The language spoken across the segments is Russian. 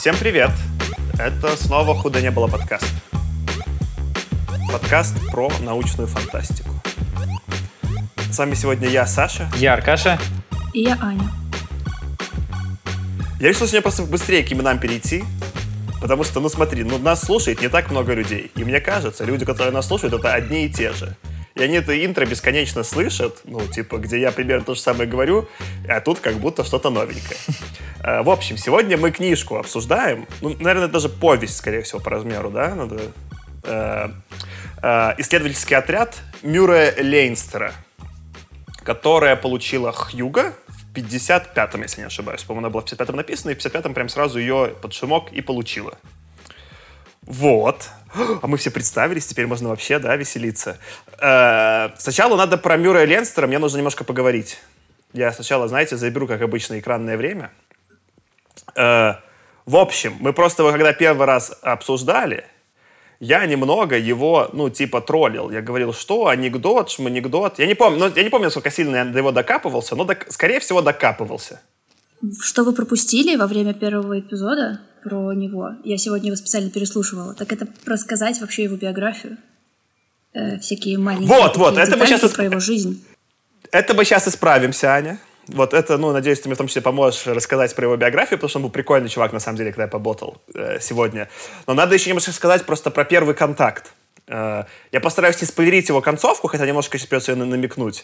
Всем привет! Это снова «Худо не было» подкаст. Подкаст про научную фантастику. С вами сегодня я, Саша. Я, Аркаша. И я, Аня. Я решил сегодня просто быстрее к именам перейти, потому что, смотри, нас слушает не так много людей. И мне кажется, люди, которые нас слушают, это одни и те же. И они это интро бесконечно слышат, где я примерно то же самое говорю, а тут как будто что-то новенькое. В общем, сегодня мы книжку обсуждаем, наверное, даже повесть, скорее всего, по размеру, да? Исследовательский отряд Мюррея Лейнстера, которая получила Хьюго в 55-м, если не ошибаюсь. По-моему, она была в 55-м написана, и в 55-м прям сразу ее под шумок и получила. Вот. А мы все представились, теперь можно вообще, веселиться. Сначала надо про Мюррея Лейнстера, мне нужно немножко поговорить. Я сначала, заберу, как обычно, экранное время. В общем, мы просто его, когда первый раз обсуждали, я немного его, троллил. Я говорил, что анекдот, шманекдот. Я не помню, насколько сильно я до него докапывался, но, скорее всего, докапывался. Что вы пропустили во время первого эпизода про него? Я сегодня его специально переслушивала. Так это рассказать вообще его биографию. Всякие маленькие это мы сейчас про его жизнь. Это мы сейчас исправимся, Аня. Вот это, надеюсь, ты мне в том числе поможешь рассказать про его биографию, потому что он был прикольный чувак, на самом деле, когда я поботал сегодня. Но надо еще немножко сказать просто про первый контакт. Я постараюсь не спойлерить его концовку, хотя немножко сейчас придется ее намекнуть.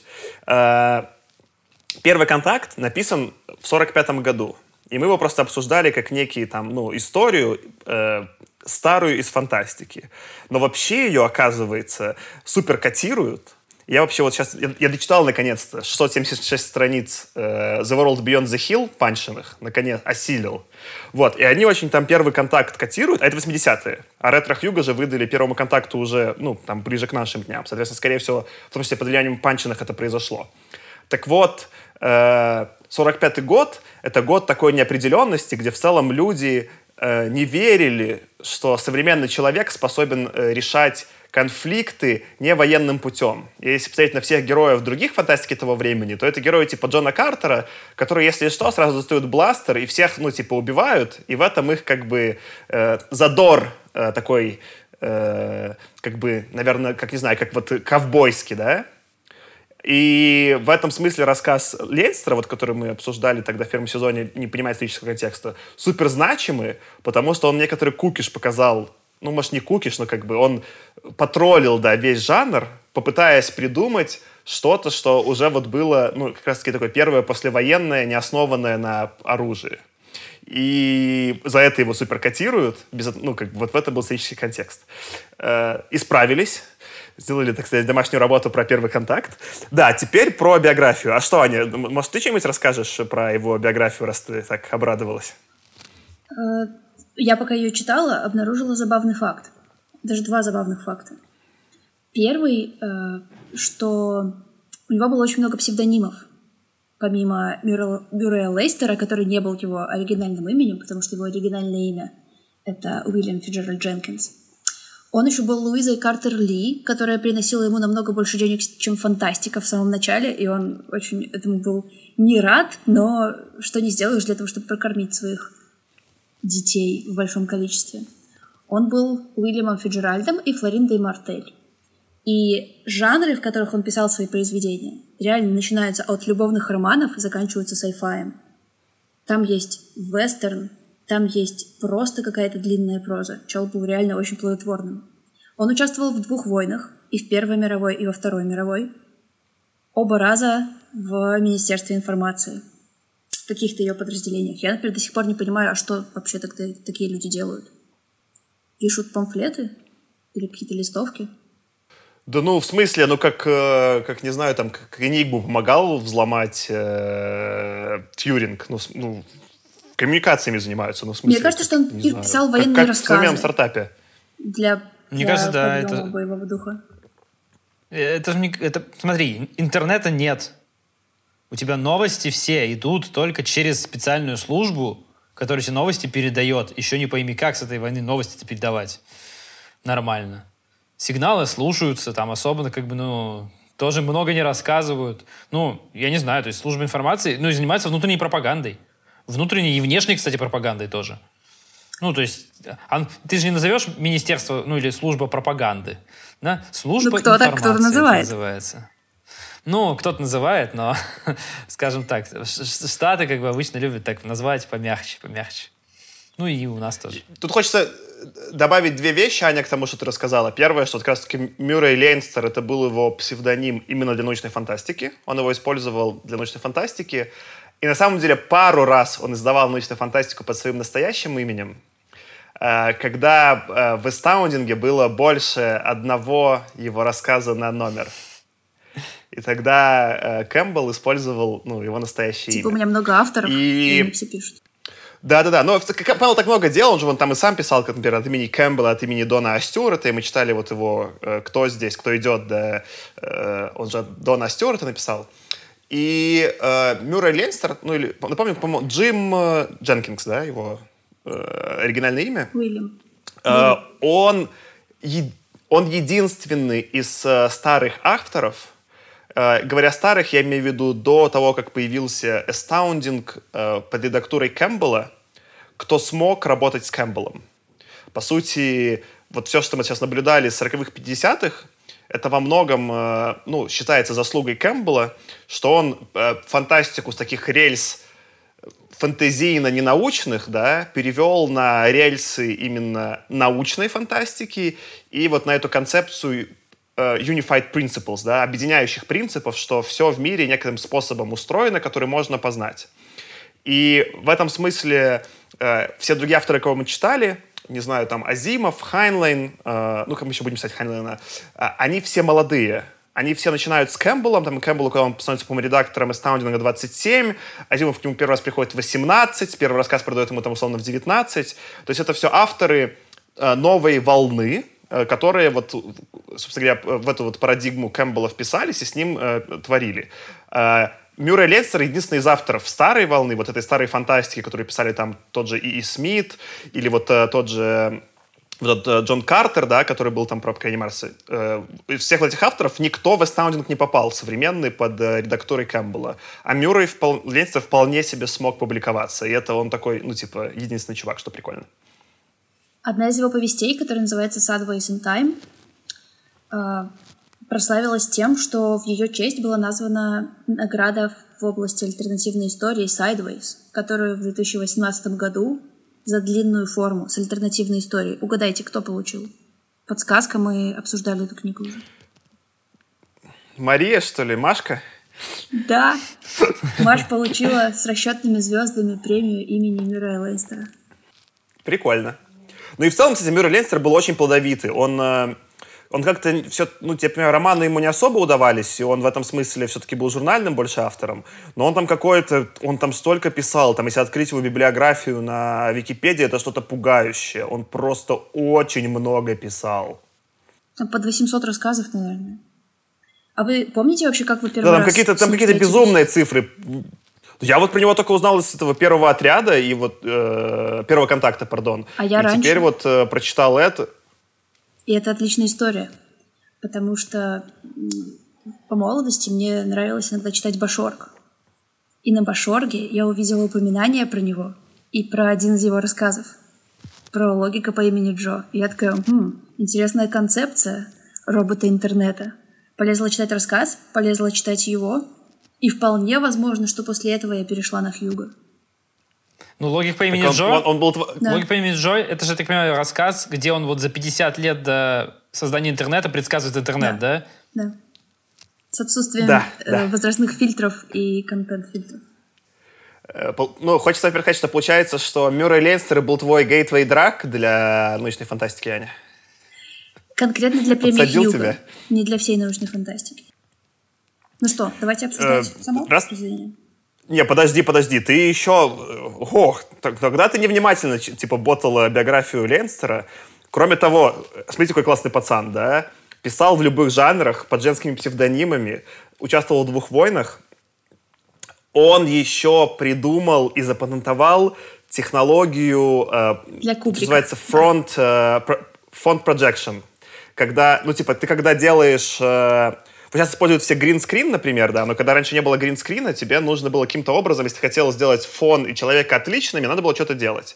Первый контакт написан в 45-м году. И мы его просто обсуждали как некий историю старую из фантастики. Но вообще ее, оказывается, супер котируют. Я вообще вот сейчас, я дочитал наконец-то 676 страниц The World Beyond the Hill панченных, наконец, осилил. Вот, и они очень там первый контакт котируют, а это 80-е. А Ретро Хьюго же выдали первому контакту уже, ближе к нашим дням. Соответственно, скорее всего, в том числе под влиянием панченных это произошло. Так вот, 45-й год — это год такой неопределенности, где в целом люди не верили, что современный человек способен решать конфликты не военным путем. И если посмотреть на всех героев других фантастики того времени, то это герои типа Джона Картера, которые, если что, сразу достают бластер и всех, убивают, и в этом их задор такой, наверное, как ковбойский, да? И в этом смысле рассказ Лейнстера, который мы обсуждали тогда в первом сезоне, не понимая исторического контекста, супер значимый, потому что он некоторый кукиш показал, может, не кукиш, но он потроллил, весь жанр, попытаясь придумать что-то, что уже было, как раз-таки такое первое послевоенное, не основанное на оружии. И за это его супер котируют, вот в этом был исторический контекст. Исправились. Сделали, так сказать, домашнюю работу про первый контакт. Да, теперь про биографию. А что, Аня, может, ты что-нибудь расскажешь про его биографию, раз ты так обрадовалась? Я пока ее читала, обнаружила забавный факт. Даже два забавных факта. Первый, что у него было очень много псевдонимов. Помимо Мюррея Лейнстера, который не был его оригинальным именем, потому что его оригинальное имя — это Уильям Фиджеральд Дженкинс. Он еще был Луизой Картер Ли, которая приносила ему намного больше денег, чем фантастика в самом начале, и он очень этому был не рад, но что не сделаешь для того, чтобы прокормить своих детей в большом количестве. Он был Уильямом Фиджеральдом и Флориндой Мартель. И жанры, в которых он писал свои произведения, реально начинаются от любовных романов и заканчиваются сайфаем. Там есть вестерн, там есть просто какая-то длинная проза. Чел был реально очень плодотворным. Он участвовал в 2 войнах, и в Первой мировой, и во Второй мировой. Оба раза в Министерстве информации. В каких-то ее подразделениях. Я, например, до сих пор не понимаю, а что вообще тогда такие люди делают? Пишут памфлеты? Или какие-то листовки? Да в смысле, как не знаю, как Энигму помогал взломать Тьюринг, коммуникациями занимаются, в смысле. Мне кажется, что он писал военные рассказы. Как в современном стартапе. Для Мне кажется, да, это боевого духа. Это, смотри, интернета нет. У тебя новости все идут только через специальную службу, которая эти новости передает. Еще не пойми, как с этой войны новости-то передавать нормально. Сигналы слушаются, там особенно тоже много не рассказывают. Я не знаю, то есть служба информации, занимается внутренней пропагандой. Внутренней и внешней, кстати, пропагандой тоже. Ну, то есть, ты же не назовешь министерство, ну, или служба пропаганды, да? Служба информации кто-то называет. это называется. Ну, кто-то называет, но, скажем так, Штаты как бы обычно любят так назвать помягче. Ну и у нас тоже. Тут хочется добавить две вещи, Аня, к тому, что ты рассказала. Первое, что как раз-таки Мюррей Лейнстер, это был его псевдоним именно для научной фантастики. Он его использовал для научной фантастики. И на самом деле пару раз он издавал научную фантастику под своим настоящим именем, когда в Эстаундинге было больше одного его рассказа на номер. И тогда Кэмпбелл использовал его настоящее имя. У меня много авторов, и они все пишут. Да. Но Павел так много делал, он же там и сам писал, как, например, от имени Кэмпбелла, от имени Дона Стюарта, и мы читали вот его «Кто здесь, кто идет», да, он же от Дона Стюарта написал. И Мюррей Лейнстер, напомню, по-моему, Джим Дженкинс, да, его оригинальное имя. Уильям. Он единственный из старых авторов. Говоря старых, я имею в виду до того, как появился Astounding под редактурой Кэмпбелла, кто смог работать с Кэмпбеллом. По сути, вот все, что мы сейчас наблюдали с 40-х, 50-х, это во многом считается заслугой Кэмпбелла, что он фантастику с таких рельс фэнтезийно-ненаучных, да, перевел на рельсы именно научной фантастики и вот на эту концепцию unified principles, да, объединяющих принципов, что все в мире некоторым способом устроено, который можно познать. И в этом смысле все другие авторы, кого мы читали, не знаю, там Азимов, Хайнлайн, как мы еще будем писать Хайнлайна, они все молодые. Они все начинают с Кэмпбеллом, там Кэмпбеллу, когда он становится, по-моему, редактором Astounding 27, Азимов к нему первый раз приходит в 18, первый рассказ продает ему там условно в 19. То есть это все авторы новой волны, которые вот, собственно говоря, в эту вот парадигму Кэмпбелла вписались и с ним творили. Мюррей Лейнстер единственный из авторов старой волны, вот этой старой фантастики, которые писали там тот же И.И. Смит или вот тот же Джон Картер, да, который был там про покорение Марса. Из всех этих авторов никто в Astounding не попал современный под редактурой Кэмпбелла. А Мюррей Лейнстер вполне себе смог публиковаться. И это он такой, типа, единственный чувак, что прикольно. Одна из его повестей, которая называется «Sideways in Time», прославилась тем, что в ее честь была названа награда в области альтернативной истории Sideways, которую в 2018 году за длинную форму с альтернативной историей. Угадайте, кто получил? Подсказка, мы обсуждали эту книгу уже. Мария, что ли? Машка? Да. Маш получила с расчетными звездами премию имени Мюррея Лейнстера. Прикольно. Ну и в целом, кстати, Мюррей Лейнстер был очень плодовитый. Он как-то все, я понимаю, романы ему не особо удавались, и он в этом смысле все-таки был журнальным больше автором, но он там столько писал, там, если открыть его библиографию на Википедии, это что-то пугающее. Он просто очень много писал. Там под 800 рассказов, наверное. А вы помните вообще, как вы первый раз... Там какие-то безумные цифры. Я вот про него только узнал из этого первого отряда, и вот первого контакта, пардон. А я раньше. Теперь вот прочитал это. И это отличная история, потому что по молодости мне нравилось иногда читать Башорг. И на Башорге я увидела упоминание про него и про один из его рассказов, про логика по имени Джо. И я такая, интересная концепция робота интернета. Полезла читать рассказ, полезла читать его, и вполне возможно, что после этого я перешла на Хьюго. Ну, «Логик по имени Джо», «Логик по имени Джо», это же, я так понимаю, рассказ, где он вот за 50 лет до создания интернета предсказывает интернет, да? Да. С отсутствием возрастных фильтров и контент-фильтров. Хочется, во-первых, сказать, что получается, что Мюррей Лейнстер был твой гейтвей-драг для научной фантастики, Аня. Конкретно для премии Хьюго. Тебя. Не для всей научной фантастики. Ну что, давайте обсуждать само произведение. Не, подожди, ты еще... тогда ты невнимательно, ботала биографию Лейнстера. Кроме того, смотрите, какой классный пацан, да? Писал в любых жанрах, под женскими псевдонимами, участвовал в 2 войнах. Он еще придумал и запатентовал технологию, называется font projection. Когда, ты когда делаешь... Сейчас используют все гринскрин, например, да, но когда раньше не было гринскрина, тебе нужно было каким-то образом, если ты хотел сделать фон и человека отличными, надо было что-то делать.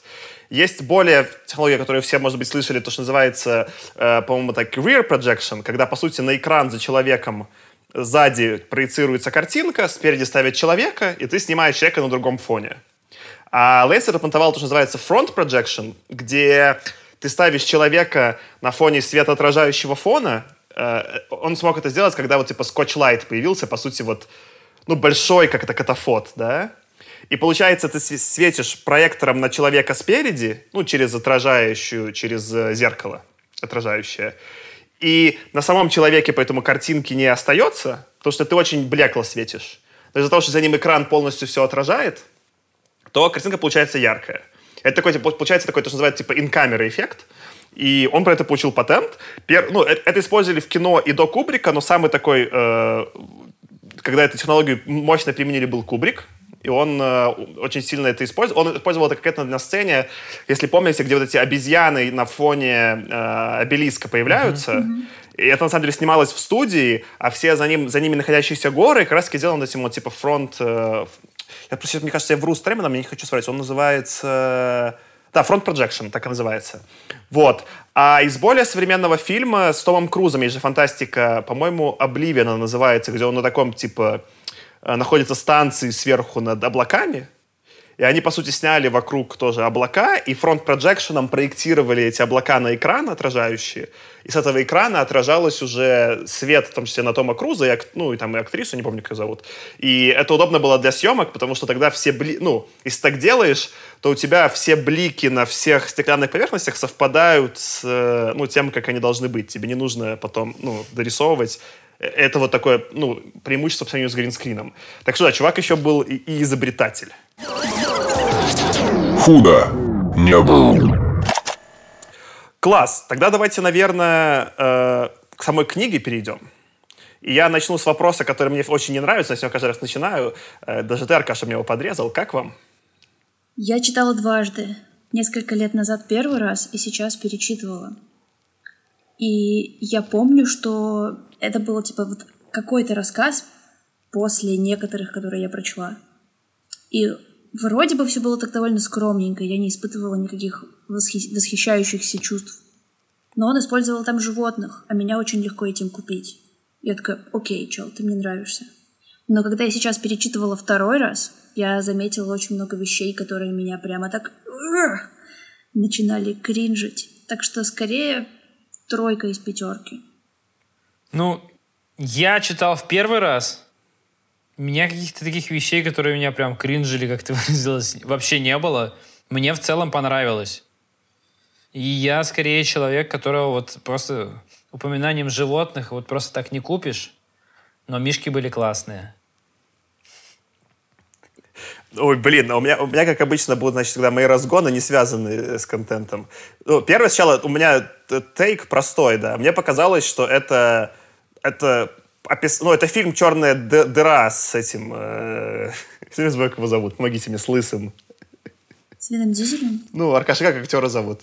Есть более технология, которую все, может быть, слышали, то, что называется, по-моему, так, rear projection, когда, по сути, на экран за человеком сзади проецируется картинка, спереди ставят человека, и ты снимаешь человека на другом фоне. А Лейсер опробовал то, что называется front projection, где ты ставишь человека на фоне светоотражающего фона. Он смог это сделать, когда вот типа Scotch-Light появился, по сути, вот, ну, большой, как это, катафот, да? И получается, ты светишь проектором на человека спереди, ну, через зеркало отражающее. И на самом человеке поэтому картинки не остается, потому что ты очень блекло светишь. Но из-за того, что за ним экран полностью все отражает, то картинка получается яркая. Это такой, получается такой, то, что называется, типа, in-camera эффект. И он про это получил патент. Это использовали в кино и до Кубрика, но самый такой, когда эту технологию мощно применили, был Кубрик. И он очень сильно это использовал. Он использовал это как-то на сцене, если помните, где вот эти обезьяны на фоне обелиска появляются. И это, на самом деле, снималось в студии, а все за ними находящиеся горы как раз-таки сделаны этим вот, типа, фронт... мне кажется, я вру с термином, я не хочу соврать. Он называется... Да, Front Projection, так и называется. Вот. А из более современного фильма с Томом Крузом есть же фантастика, по-моему, «Обливион» она называется, где он на таком, типа, находится станции сверху над облаками. И они, по сути, сняли вокруг тоже облака, и фронт-проджекшеном проектировали эти облака на экран отражающие. И с этого экрана отражалось уже свет, в том числе на Тома Круза, и актрису, не помню, как ее зовут. И это удобно было для съемок, потому что тогда все если так делаешь, то у тебя все блики на всех стеклянных поверхностях совпадают с тем, как они должны быть. Тебе не нужно потом дорисовывать. Это вот такое преимущество по сравнению с гринскрином. Так что да, чувак еще был и изобретатель. Худо не было. Класс. Тогда давайте, наверное, к самой книге перейдем. И я начну с вопроса, который мне очень не нравится, я с него каждый раз начинаю. Даже ты, Аркаша, мне его подрезал. Как вам? Я читала дважды. Несколько лет назад первый раз, и сейчас перечитывала. И я помню, что это было типа вот какой-то рассказ после некоторых, которые я прочла. И вроде бы все было так довольно скромненько, я не испытывала никаких восхищающихся чувств. Но он использовал там животных, а меня очень легко этим купить. Я такая: окей, чел, ты мне нравишься. Но когда я сейчас перечитывала второй раз, я заметила очень много вещей, которые меня прямо так начинали кринжить. Так что скорее 3 из 5. Я читал в первый раз. У меня каких-то таких вещей, которые меня прям кринжили, как ты выразилась, вообще не было. Мне в целом понравилось. И я скорее человек, которого вот просто упоминанием животных вот просто так не купишь. Но мишки были классные. Ой, блин, у меня, как обычно, будут, значит, всегда мои разгоны, не связанные с контентом. Первое, сначала, у меня тейк простой, да. Мне показалось, что это фильм «Черная дыра» с этим... Не знаю, как его зовут. Помогите мне, с лысым. С Вином Дизелем? Аркаша, как актера зовут?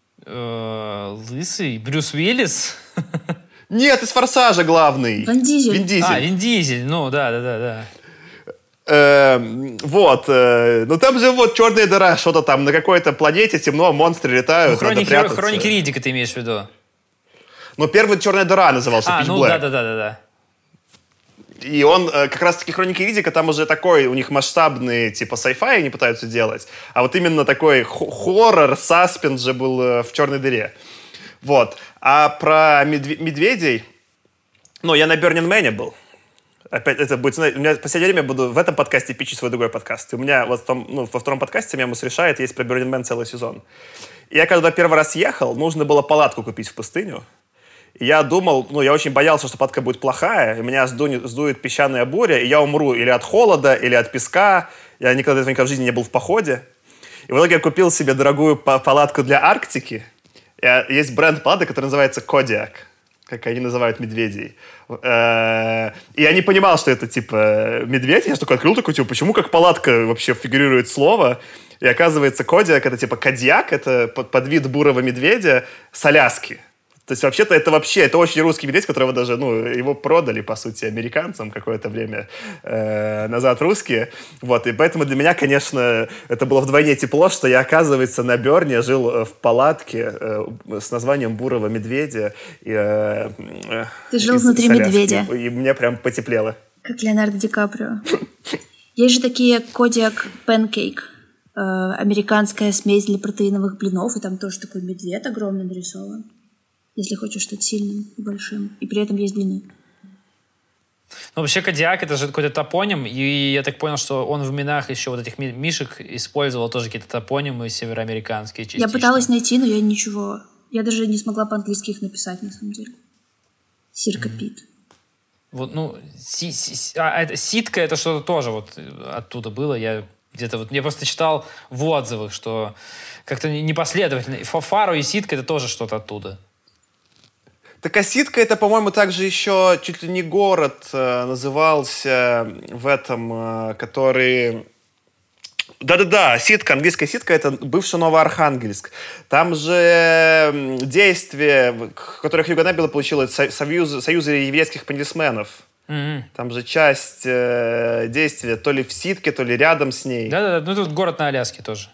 Лысый? Брюс Уиллис? Нет, из «Форсажа» главный. Вин Дизель. Вин Дизель. Вин Дизель. Да. Там же черная дыра, что-то там на какой-то планете темно, монстры летают, надо прятаться. Хроники Риддика ты имеешь в виду? Первый «Черная дыра» назывался, Pitch Black. Да. И он, как раз-таки «Хроники Риддика», там уже такой, у них масштабный, типа, sci-fi они пытаются делать, а вот именно такой хоррор, саспенс же был в «Черной дыре». Вот. А про медведей, я на Burning Man был. Опять это будет... У меня в последнее время буду в этом подкасте пичить свой другой подкаст. У меня вот во втором подкасте «Мемус решает» есть про Burning Man целый сезон. И я когда первый раз ехал, нужно было палатку купить в пустыню. И я думал, я очень боялся, что палатка будет плохая, и меня сдует песчаная буря, и я умру или от холода, или от песка. Я никогда в жизни не был в походе. И в итоге я купил себе дорогую палатку для Арктики. Есть бренд палаток, который называется Kodiak, как они называют медведей. И я не понимал, что это, типа, медведь. Я такой открыл, почему как палатка вообще фигурирует слово? И оказывается, Kodiak — это, типа, кадьяк, это подвид бурого медведя с Аляски. То есть вообще-то это очень русский медведь, которого даже, его продали, по сути, американцам какое-то время назад русские. Вот, и поэтому для меня, конечно, это было вдвойне тепло, что я, оказывается, на Бёрне жил в палатке с названием «Бурого медведя». Ты жил внутри медведя. И мне прям потеплело. Как Леонардо Ди Каприо. Есть же такие Kodiak Pancake, американская смесь для протеиновых блинов, и там тоже такой медведь огромный нарисован, если хочешь стать сильным и большим, и при этом есть блины. Ну, вообще, Кодиак — это же какой-то топоним, и я так понял, что он в именах еще вот этих мишек использовал тоже какие-то топонимы североамериканские частично. Я пыталась найти, но я ничего... Я даже не смогла по-английски их написать, на самом деле. Сирка Пит. Вот, ситка — это что-то тоже вот оттуда было. Я просто читал в отзывах, что как-то непоследовательно. Фаро и ситка — это тоже что-то оттуда. Так, а ситка — это, по-моему, также еще чуть ли не город назывался в этом, который... Да-да-да, ситка, английская ситка — это бывший Новоархангельск. Там же действия, в которых Югославия получила союза еврейских полисменов. Mm-hmm. Там же часть действия то ли в ситке, то ли рядом с ней. Да-да-да, тут город на Аляске тоже.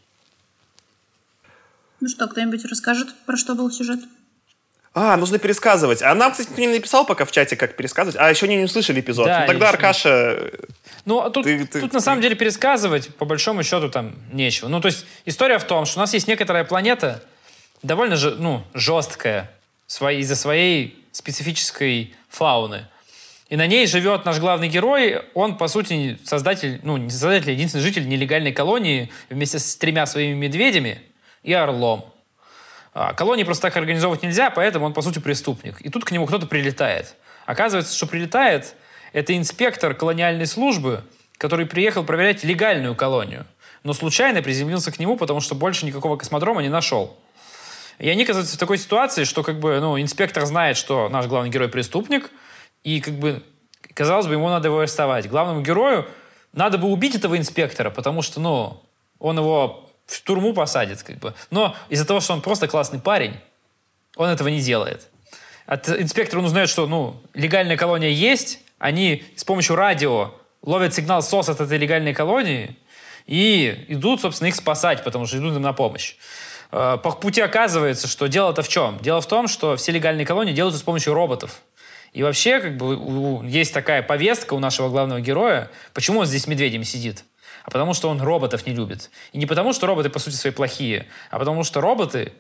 Ну что, кто-нибудь расскажет, про что был сюжет? Нужно пересказывать. А нам, кстати, никто не написал пока в чате, как пересказывать. А еще не услышали эпизод. Да, тогда, Аркаша... Тут на самом деле пересказывать, по большому счету, там нечего. То есть история в том, что у нас есть некоторая планета, довольно жесткая, из-за своей специфической фауны. И на ней живет наш главный герой. Он, по сути, создатель, не создатель, а единственный житель нелегальной колонии вместе с 3 своими медведями и орлом. Колонии просто так организовывать нельзя, поэтому он, по сути, преступник. И тут к нему кто-то прилетает. Оказывается, что прилетает это инспектор колониальной службы, который приехал проверять легальную колонию, но случайно приземлился к нему, потому что больше никакого космодрома не нашел. И они оказываются в такой ситуации, что инспектор знает, что наш главный герой преступник, и казалось бы, ему надо его арестовать. Главному герою надо бы убить этого инспектора, потому что он его в тюрьму посадит. Но из-за того, что он просто классный парень, он этого не делает. От инспектора он узнает, что легальная колония есть, они с помощью радио ловят сигнал СОС от этой легальной колонии и идут, собственно, их спасать, потому что идут им на помощь. По пути оказывается, что дело-то в чем? Дело в том, что все легальные колонии делаются с помощью роботов. И вообще, есть такая повестка у нашего главного героя, почему он здесь с медведями сидит. А потому что он роботов не любит. И не потому, что роботы, по сути, свои плохие, а потому что роботы...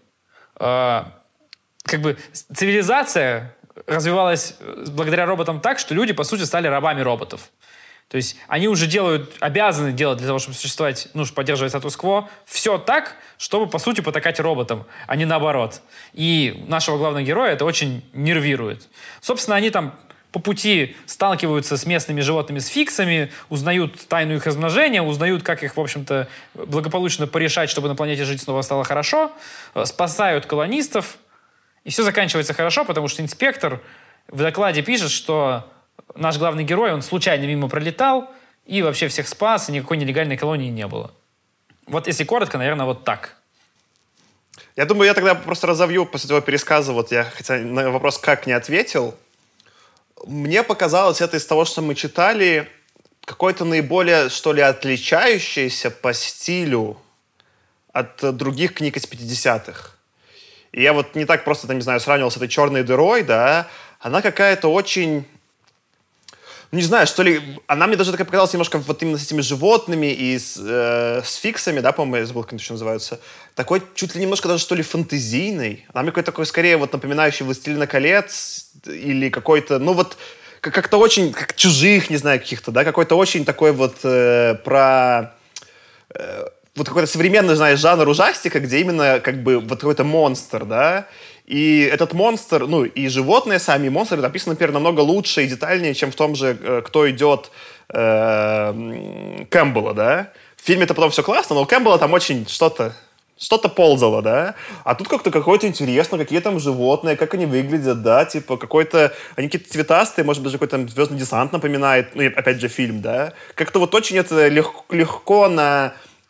цивилизация развивалась благодаря роботам так, что люди, по сути, стали рабами роботов. То есть они уже обязаны делать для того, чтобы существовать, поддерживать статус-кво, все так, чтобы, по сути, потакать роботам, а не наоборот. И нашего главного героя это очень нервирует. Собственно, они там по пути сталкиваются с местными животными, с фиксами, узнают тайну их размножения, узнают, как их, в общем-то, благополучно порешать, чтобы на планете жить снова стало хорошо, спасают колонистов, и все заканчивается хорошо, потому что инспектор в докладе пишет, что наш главный герой, он случайно мимо пролетал и вообще всех спас, и никакой нелегальной колонии не было. Вот если коротко, наверное, вот так. Я думаю, я тогда просто разовью после этого пересказа. Я хотя на вопрос «как» не ответил. Мне показалось это из того, что мы читали, какое-то наиболее, что ли, отличающееся по стилю от других книг из 50-х. И я не так просто, сравнивал с этой «Черной дырой», да, она какая-то очень, не знаю, что ли, она мне даже такая показалась немножко именно с этими животными и с фиксами, да, по-моему, я забыл, как это еще называются, такой чуть ли немножко даже, что ли, фэнтезийный. Она мне какой-то такой, скорее, напоминающий «Властелина колец» или какой-то, как-то очень, как «Чужих», не знаю, каких-то, да, какой-то очень такой про... какой-то современный, жанр ужастика, где именно какой-то монстр, да, и этот монстр, и животные сами, и монстры написаны, например, намного лучше и детальнее, чем в том же «Кто идет» Кэмпбелла, да. В фильме это потом все классно, но у Кэмпбелла там очень что-то ползало, да, а тут как-то какое-то интересно, какие там животные, как они выглядят, да, они какие-то цветастые, может быть, даже какой-то «Звездный десант» напоминает, опять же, фильм, да, как-то очень это легко на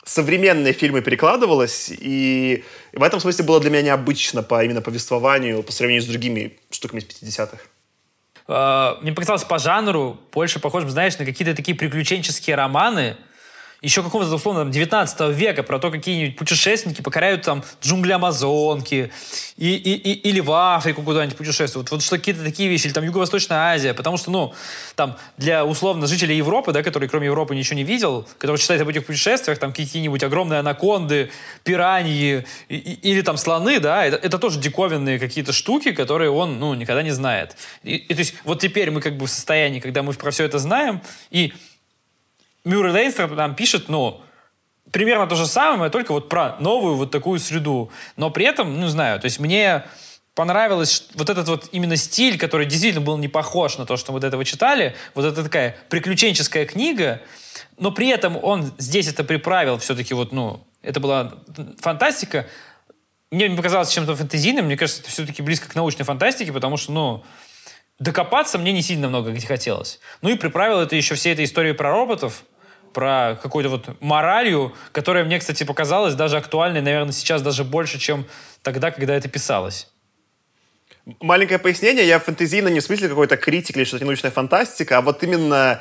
современные фильмы перекладывалось, и в этом смысле было для меня необычно по именно повествованию по сравнению с другими штуками из 50-х. Мне показалось по жанру больше похожим, знаешь, на какие-то такие приключенческие романы, еще какого-то, условно, 19 века, про то, какие-нибудь путешественники покоряют там джунгли Амазонки, или в Африку куда-нибудь путешествуют. Вот что какие-то такие вещи, или там Юго-Восточная Азия. Потому что, ну, там для, условно, жителей Европы, да, которые кроме Европы ничего не видел, который читает об этих путешествиях, там какие-нибудь огромные анаконды, пираньи, или там слоны, да, это тоже диковинные какие-то штуки, которые он, ну, никогда не знает. И то есть вот теперь мы как бы в состоянии, когда мы про все это знаем, и Мюррей Лейнстер нам пишет, ну, примерно то же самое, только вот про новую вот такую среду. Но при этом, ну, не знаю, то есть мне понравилось вот этот вот именно стиль, который действительно был не похож на то, что мы до этого читали. Вот это такая приключенческая книга, но при этом он здесь это приправил все-таки вот, ну, это была фантастика. Мне не показалось чем-то фэнтезийным, мне кажется, это все-таки близко к научной фантастике, потому что, ну, докопаться мне не сильно много где хотелось. Ну и приправил это еще всей этой историей про роботов, про какую-то вот моралью, которая мне, кстати, показалась даже актуальной, наверное, сейчас даже больше, чем тогда, когда это писалось. Маленькое пояснение. Я фэнтезийно не в смысле какой-то критик или что-то научная фантастика, а вот именно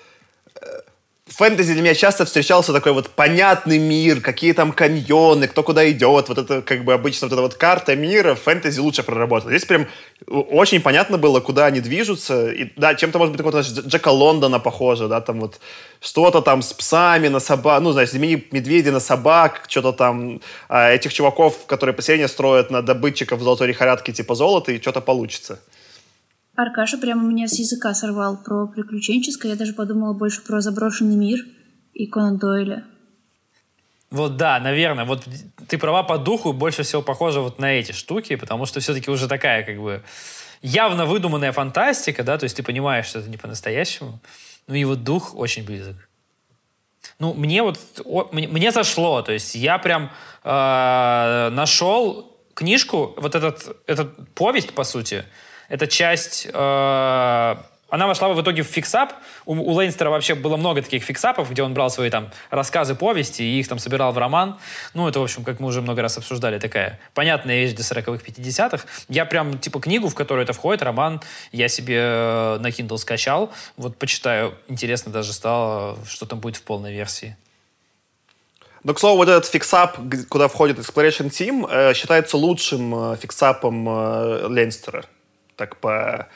в фэнтези для меня часто встречался такой вот понятный мир, какие там каньоны, кто куда идет. Вот это как бы обычно вот эта вот карта мира в фэнтези лучше проработана. Здесь прям очень понятно было, куда они движутся. И, да, чем-то, может быть, такого Джека Лондона похоже, да, там вот что-то там с псами на собак, ну, знаешь, замени медведя на собак, что-то там этих чуваков, которые поселение строят на добытчиков золотой лихорадки типа золота, и что-то получится. Аркаша прямо меня с языка сорвал про приключенческое. Я даже подумала больше про заброшенный мир и Конан Дойля. Вот да, наверное. Вот ты права, по духу больше всего похожа вот на эти штуки, потому что все-таки уже такая как бы явно выдуманная фантастика, да, то есть ты понимаешь, что это не по-настоящему. Ну и вот дух очень близок. Ну, мне вот... Мне зашло, то есть я прям нашел книжку, вот этот повесть, по сути, эта часть, она вошла в итоге в фиксап. У Лейнстера вообще было много таких фиксапов, где он брал свои там рассказы, повести и их там собирал в роман. Ну, это, в общем, как мы уже много раз обсуждали, такая понятная вещь для 40-х, 50-х. Я прям, типа, книгу, в которую это входит, роман, я себе на Kindle скачал. Вот почитаю. Интересно даже стало, что там будет в полной версии. Но, к слову, вот этот фиксап, куда входит Exploration Team, считается лучшим фиксапом Лейнстера. Так по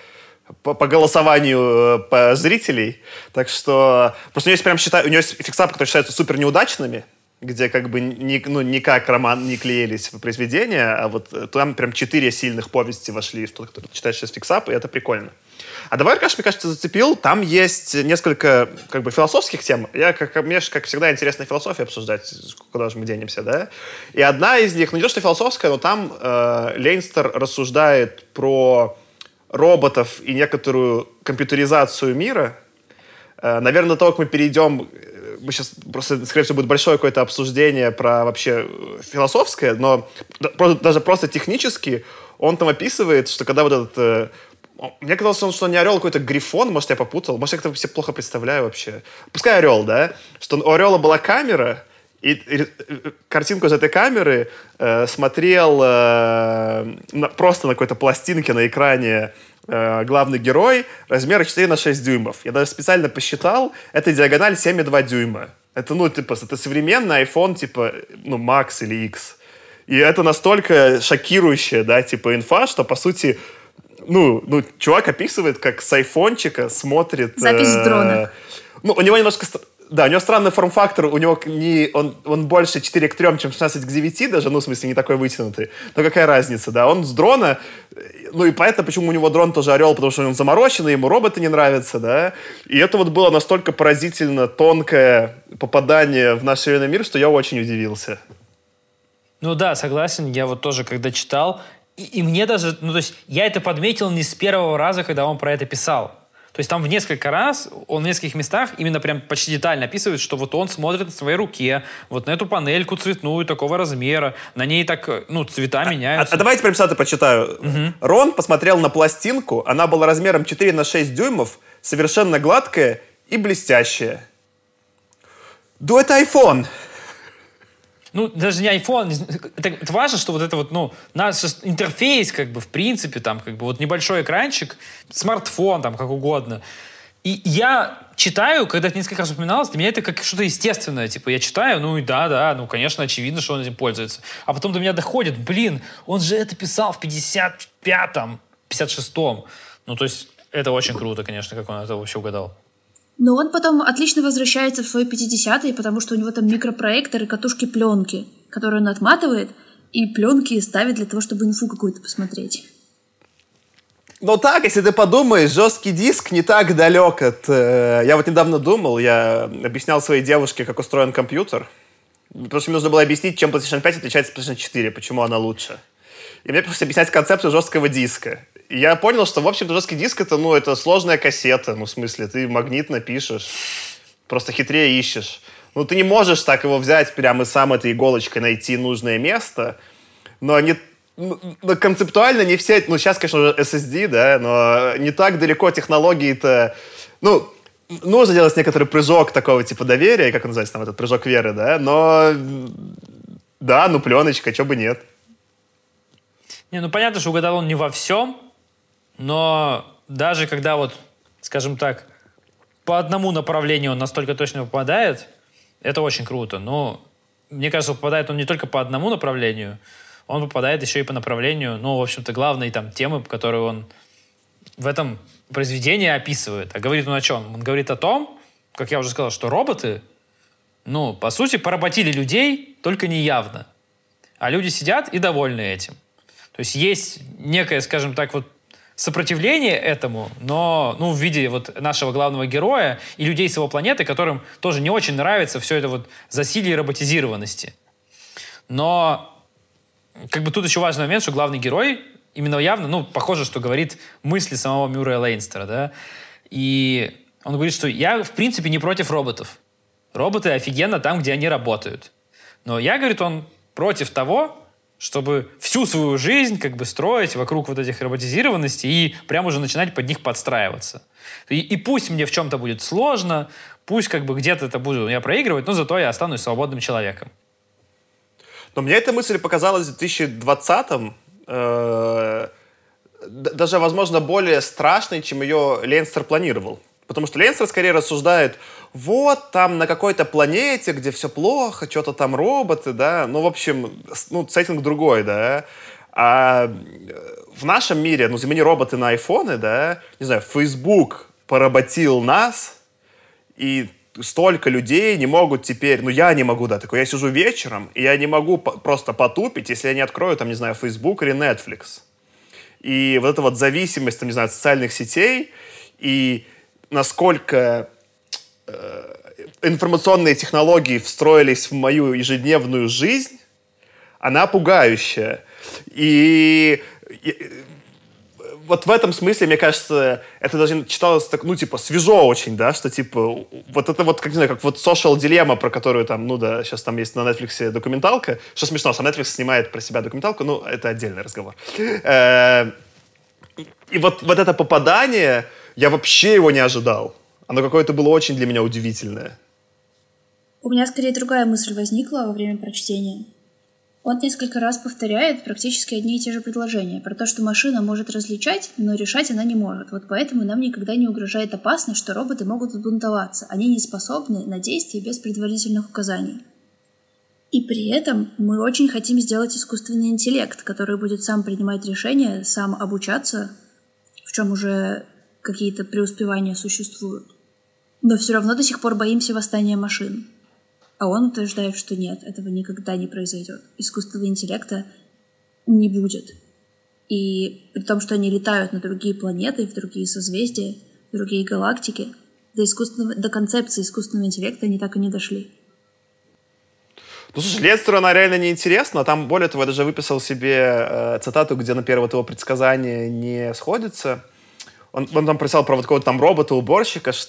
голосованию по зрителей. Так что... Просто у него есть фиксапы, которые считаются супер неудачными, где как бы никак роман не клеились в произведения, а вот там прям 4 сильных повести вошли в то, что ты читаешь сейчас фиксап, и это прикольно. А давай, Аркаш, мне кажется, зацепил. Там есть несколько как бы философских тем. Мне же, как всегда, интересно философию обсуждать, куда же мы денемся, да? И одна из них, ну не то, что философская, но там Лейнстер рассуждает про роботов и некоторую компьютеризацию мира. Наверное, до того, как мы перейдем, мы сейчас просто, скорее всего, будет большое какое-то обсуждение про вообще философское, но даже просто технически он там описывает, что когда вот этот... Мне казалось, что он не орел, а какой-то грифон, может, я попутал, может, я как-то себе плохо представляю вообще. Пускай орел, да? Что у орела была камера, и картинку из этой камеры смотрел просто на какой-то пластинке на экране главный герой размера 4:6 дюймов. Я даже специально посчитал, это диагональ 7,2 дюйма. Это, ну, типа, это современный iPhone, типа, ну, Max или X. И это настолько шокирующая, да, типа, инфа, что, по сути, ну, чувак описывает, как с айфончика смотрит... Запись с дрона. Ну, у него немножко... Да, у него странный форм-фактор, у него он больше 4 к 3, чем 16 к 9 даже, ну, в смысле, не такой вытянутый. Но какая разница, да? Он с дрона, ну, и понятно, почему у него дрон тоже орел, потому что он замороченный, ему роботы не нравятся, да? И это вот было настолько поразительно тонкое попадание в наш современный мир, что я очень удивился. Ну да, согласен, я вот тоже, когда читал, и мне даже, ну, то есть, я это подметил не с первого раза, когда он про это писал. То есть там в несколько раз, он в нескольких местах именно прям почти детально описывает, что вот он смотрит на своей руке, вот на эту панельку цветную такого размера, на ней так, ну, цвета меняются. А давайте прям сюда почитаю. Угу. Рон посмотрел на пластинку, она была размером 4:6 дюймов, совершенно гладкая и блестящая. Да это iPhone! Ну, даже не iPhone. Это важно, что вот это вот, ну, наш интерфейс, как бы, в принципе, там, как бы, вот небольшой экранчик, смартфон, там, как угодно. И я читаю, когда это несколько раз упоминалось, для меня это как что-то естественное. Типа, я читаю, ну, и да, ну, конечно, очевидно, что он этим пользуется. А потом до меня доходит, блин, он же это писал в 55-м, 56-м. Ну, то есть, это очень круто, конечно, как он это вообще угадал. Но он потом отлично возвращается в свой 50-й, потому что у него там микропроектор и катушки пленки, которые он отматывает, и пленки ставит для того, чтобы инфу какую-то посмотреть. Ну так, если ты подумаешь, жесткий диск не так далек от... Я вот недавно думал, я объяснял своей девушке, как устроен компьютер, потому что мне нужно было объяснить, чем PlayStation 5 отличается от PlayStation 4, почему она лучше. И мне пришлось объяснять концепцию жесткого диска. И я понял, что, в общем-то, жесткий диск это, ну, это сложная кассета. Ну, в смысле, ты магнитно пишешь, просто хитрее ищешь. Ну, ты не можешь так его взять прямо и сам этой иголочкой найти нужное место. Но концептуально не все... Ну, сейчас, конечно, уже SSD, да, но не так далеко технологии-то... Ну, нужно делать некоторый прыжок такого типа доверия, как он называется, там, этот прыжок веры, да, но... Да, ну, пленочка, чё бы нет. Не, ну понятно, что угадал он не во всем, но даже когда вот, скажем так, по одному направлению он настолько точно попадает, это очень круто. Но мне кажется, попадает он не только по одному направлению, он попадает еще и по направлению, ну, в общем-то, главной там темы, которую он в этом произведении описывает. А говорит он о чем? Он говорит о том, как я уже сказал, что роботы, ну, по сути, поработили людей, только неявно. А люди сидят и довольны этим. То есть есть некое, скажем так, вот сопротивление этому, но ну, в виде вот нашего главного героя и людей с его планеты, которым тоже не очень нравится все это вот засилье роботизированности. Но как бы тут еще важный момент, что главный герой именно явно, ну, похоже, что говорит мысли самого Мюррея Лейнстера, да, и он говорит, что я, в принципе, не против роботов. Роботы офигенно там, где они работают. Но я, говорит он, против того, чтобы всю свою жизнь как бы строить вокруг вот этих роботизированностей и прямо уже начинать под них подстраиваться. И пусть мне в чем-то будет сложно, пусть как бы где-то это буду я проигрывать, но зато я останусь свободным человеком. Но мне эта мысль показалась в 2020-м даже, возможно, более страшной, чем ее Лейнстер планировал. Потому что Лейнстер скорее рассуждает, вот там на какой-то планете, где все плохо, что-то там роботы, да, ну, в общем, ну, сеттинг другой, да. А в нашем мире, ну, замени роботы на айфоны, да, не знаю, Facebook поработил нас, и столько людей не могут теперь, ну, я не могу, да, такой, я сижу вечером, и я не могу просто потупить, если я не открою, там, не знаю, Facebook или Netflix. И вот эта вот зависимость, там, не знаю, от социальных сетей, и насколько информационные технологии встроились в мою ежедневную жизнь, она пугающая. И вот в этом смысле, мне кажется, это даже читалось так, ну, типа, свежо очень, да, что, типа, вот это вот, как, не знаю, как вот Social Dilemma, про которую там, ну, да, сейчас там есть на Netflix документалка, что смешно, что Netflix снимает про себя документалку, ну, это отдельный разговор. И вот это попадание, я вообще его не ожидал. Оно какое-то было очень для меня удивительное. У меня скорее другая мысль возникла во время прочтения. Он несколько раз повторяет практически одни и те же предложения про то, что машина может различать, но решать она не может. Вот поэтому нам никогда не угрожает опасность, что роботы могут взбунтоваться. Они не способны на действия без предварительных указаний. И при этом мы очень хотим сделать искусственный интеллект, который будет сам принимать решения, сам обучаться, в чем уже какие-то преуспевания существуют. Но все равно до сих пор боимся восстания машин. А он утверждает, что нет, этого никогда не произойдет. Искусственного интеллекта не будет. И при том, что они летают на другие планеты, в другие созвездия, в другие галактики, до концепции искусственного интеллекта они так и не дошли. Ну, слушай, Лейнстеру она реально неинтересна. Там, более того, я даже выписал себе цитату, где, например, вот его предсказания не сходятся. Он там писал про вот какого-то там робота-уборщика, что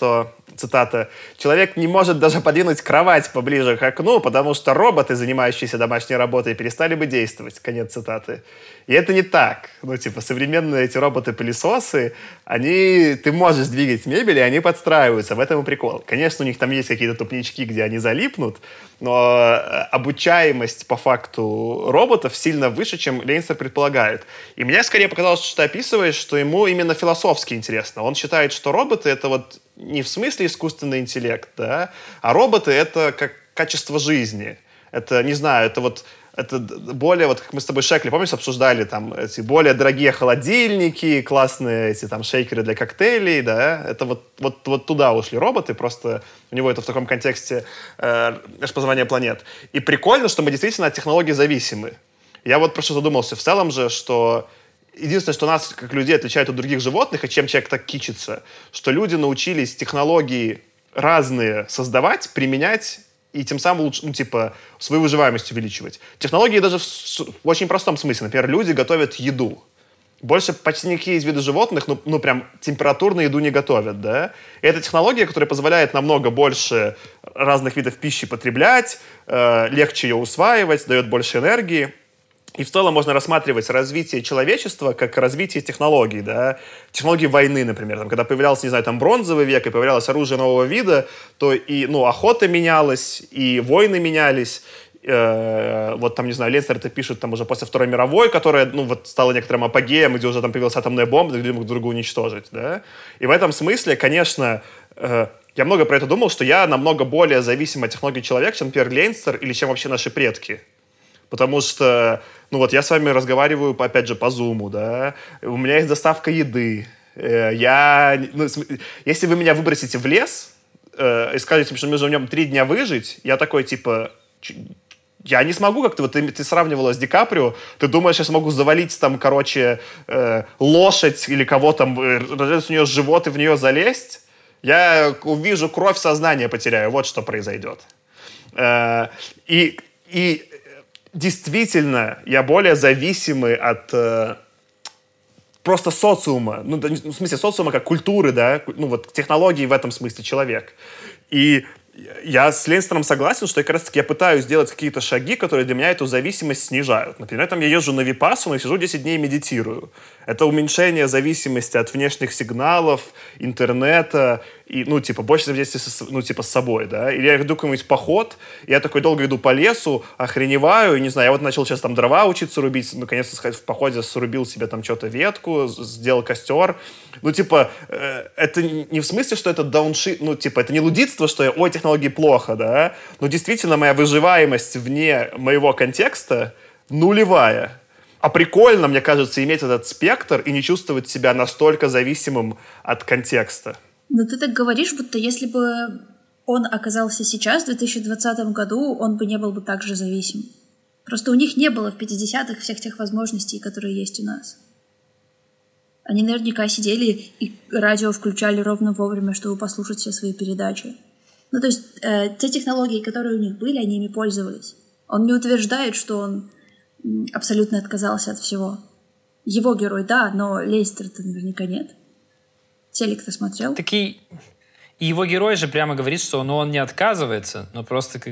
цитата, «Человек не может даже подвинуть кровать поближе к окну, потому что роботы, занимающиеся домашней работой, перестали бы действовать». Конец цитаты. И это не так. Ну, типа, современные эти роботы-пылесосы, ты можешь двигать мебель, и они подстраиваются. В этом и прикол. Конечно, у них там есть какие-то тупнички, где они залипнут, но обучаемость по факту роботов сильно выше, чем Лейнстер предполагает. И мне скорее показалось, что ты описываешь, что ему именно философски интересно. Он считает, что роботы — это вот не в смысле искусственный интеллект, да, а роботы — это как качество жизни. Это, не знаю, это более, вот как мы с тобой Шекли, помнишь, обсуждали там эти более дорогие холодильники, классные эти там шейкеры для коктейлей, да, это вот туда ушли роботы, просто у него это в таком контексте распознавания планет. И прикольно, что мы действительно от технологий зависимы. Я вот про что задумался. В целом же, что единственное, что нас, как людей, отличает от других животных, и чем человек так кичится, что люди научились технологии разные создавать, применять, и тем самым, свою выживаемость увеличивать. Технологии даже в очень простом смысле. Например, люди готовят еду. Больше почти никакие из видов животных, прям температурную еду не готовят, да. И это технология, которая позволяет намного больше разных видов пищи потреблять, легче ее усваивать, дает больше энергии. И в целом можно рассматривать развитие человечества как развитие технологий, да, технологий войны, например, там, когда появлялся, не знаю, там, бронзовый век и появлялось оружие нового вида, то и, охота менялась, и войны менялись, вот там, не знаю, Ленстер это пишет там уже после Второй мировой, которая, стала некоторым апогеем, где уже там появилась атомная бомба, где друг друга уничтожить, да, и в этом смысле, конечно, я много про это думал, что я намного более зависим от технологий человека, чем, например, Ленстер или чем вообще наши предки. Потому что, я с вами разговариваю, опять же, по Зуму, да, у меня есть доставка еды. Если вы меня выбросите в лес и скажете, что мне нужно в нем 3 дня выжить, я такой, я не смогу как-то, ты сравнивала с Ди Каприо, ты думаешь, я смогу завалить там, лошадь или кого там, разрезать у нее живот и в нее залезть? Я увижу кровь, сознание потеряю, вот что произойдет. И действительно, я более зависимый от просто социума. В смысле, социума как культуры, да, технологий в этом смысле человек. И я с Ленстером согласен, что как раз-таки я пытаюсь сделать какие-то шаги, которые для меня эту зависимость снижают. Например, я езжу на випассану и сижу 10 дней и медитирую. Это уменьшение зависимости от внешних сигналов, интернета и, больше взаимодействия с собой, да. Или я иду в какой-нибудь поход, и я такой долго иду по лесу, охреневаю, и, не знаю, я начал сейчас там дрова учиться рубить, наконец-то в походе срубил себе там что-то ветку, сделал костер. Это не в смысле, что это дауншит, это не лудитство, что технологии плохо, да, но действительно моя выживаемость вне моего контекста нулевая. А прикольно, мне кажется, иметь этот спектр и не чувствовать себя настолько зависимым от контекста. Но ты так говоришь, будто если бы он оказался сейчас, в 2020 году, он бы не был бы так же зависим. Просто у них не было в 50-х всех тех возможностей, которые есть у нас. Они наверняка сидели и радио включали ровно вовремя, чтобы послушать все свои передачи. То есть те технологии, которые у них были, они ими пользовались. Он не утверждает, что он абсолютно отказался от всего. Его герой, да, но Лейстер-то наверняка нет. Телек-то смотрел. И его герой же прямо говорит, что он не отказывается, но просто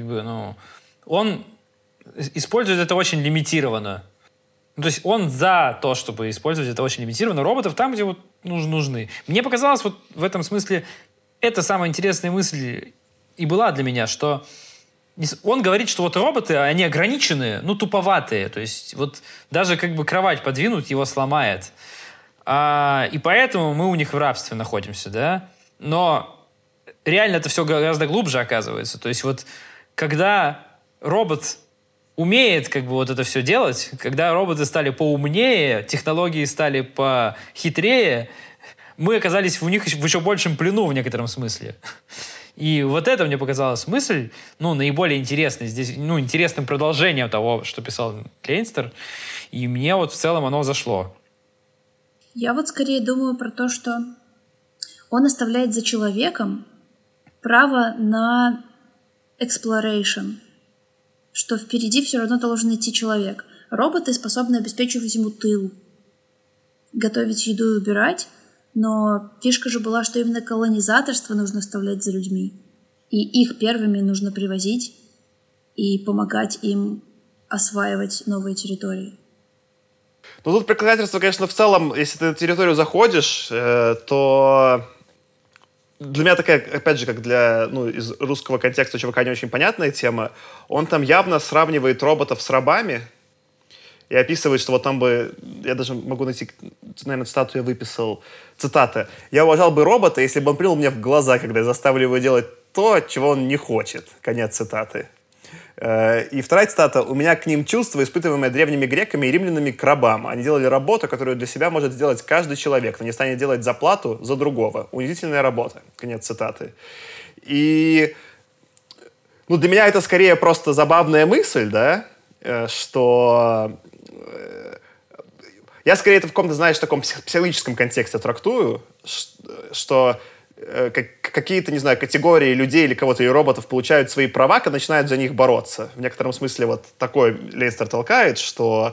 он использует это очень лимитированно. То есть он за то, чтобы использовать это очень лимитированно роботов там, где нужны. Мне показалось в этом смысле это самая интересная мысль и была для меня, что он говорит, что роботы, они ограниченные, туповатые. То есть даже кровать подвинуть его сломает. И поэтому мы у них в рабстве находимся, да? Но реально это все гораздо глубже оказывается. То есть когда робот умеет это все делать, когда роботы стали поумнее, технологии стали похитрее, мы оказались в них в еще большем плену в некотором смысле. И это мне показалась мысль, наиболее интересной здесь, интересным продолжением того, что писал Лейнстер. И мне в целом оно зашло. Я скорее думаю про то, что он оставляет за человеком право на exploration, что впереди все равно должен идти человек. Роботы способны обеспечивать ему тыл, готовить еду и убирать, Но фишка же была, что именно колонизаторство нужно оставлять за людьми. И их первыми нужно привозить и помогать им осваивать новые территории. Ну, тут преподавательство, конечно, в целом, если ты на территорию заходишь, то для меня такая, опять же, как для, из русского контекста чувака не очень понятная тема. Он там явно сравнивает роботов с рабами и описывает, что вот там бы, я даже могу найти, наверное, цитату я выписал, цитата: «Я уважал бы робота, если бы он плюнул мне в глаза, когда я заставлю его делать то, чего он не хочет». Конец цитаты. И вторая цитата: «У меня к ним чувство, испытываемое древними греками и римлянами к рабам. Они делали работу, которую для себя может сделать каждый человек, но не станет делать за плату за другого. Унизительная работа». Конец цитаты. И для меня это скорее просто забавная мысль, да, что я скорее это в каком-то, знаешь, таком психологическом контексте трактую, что какие-то, не знаю, категории людей или кого-то и роботов получают свои права, когда начинают за них бороться. В некотором смысле вот такой Лейнстер толкает, что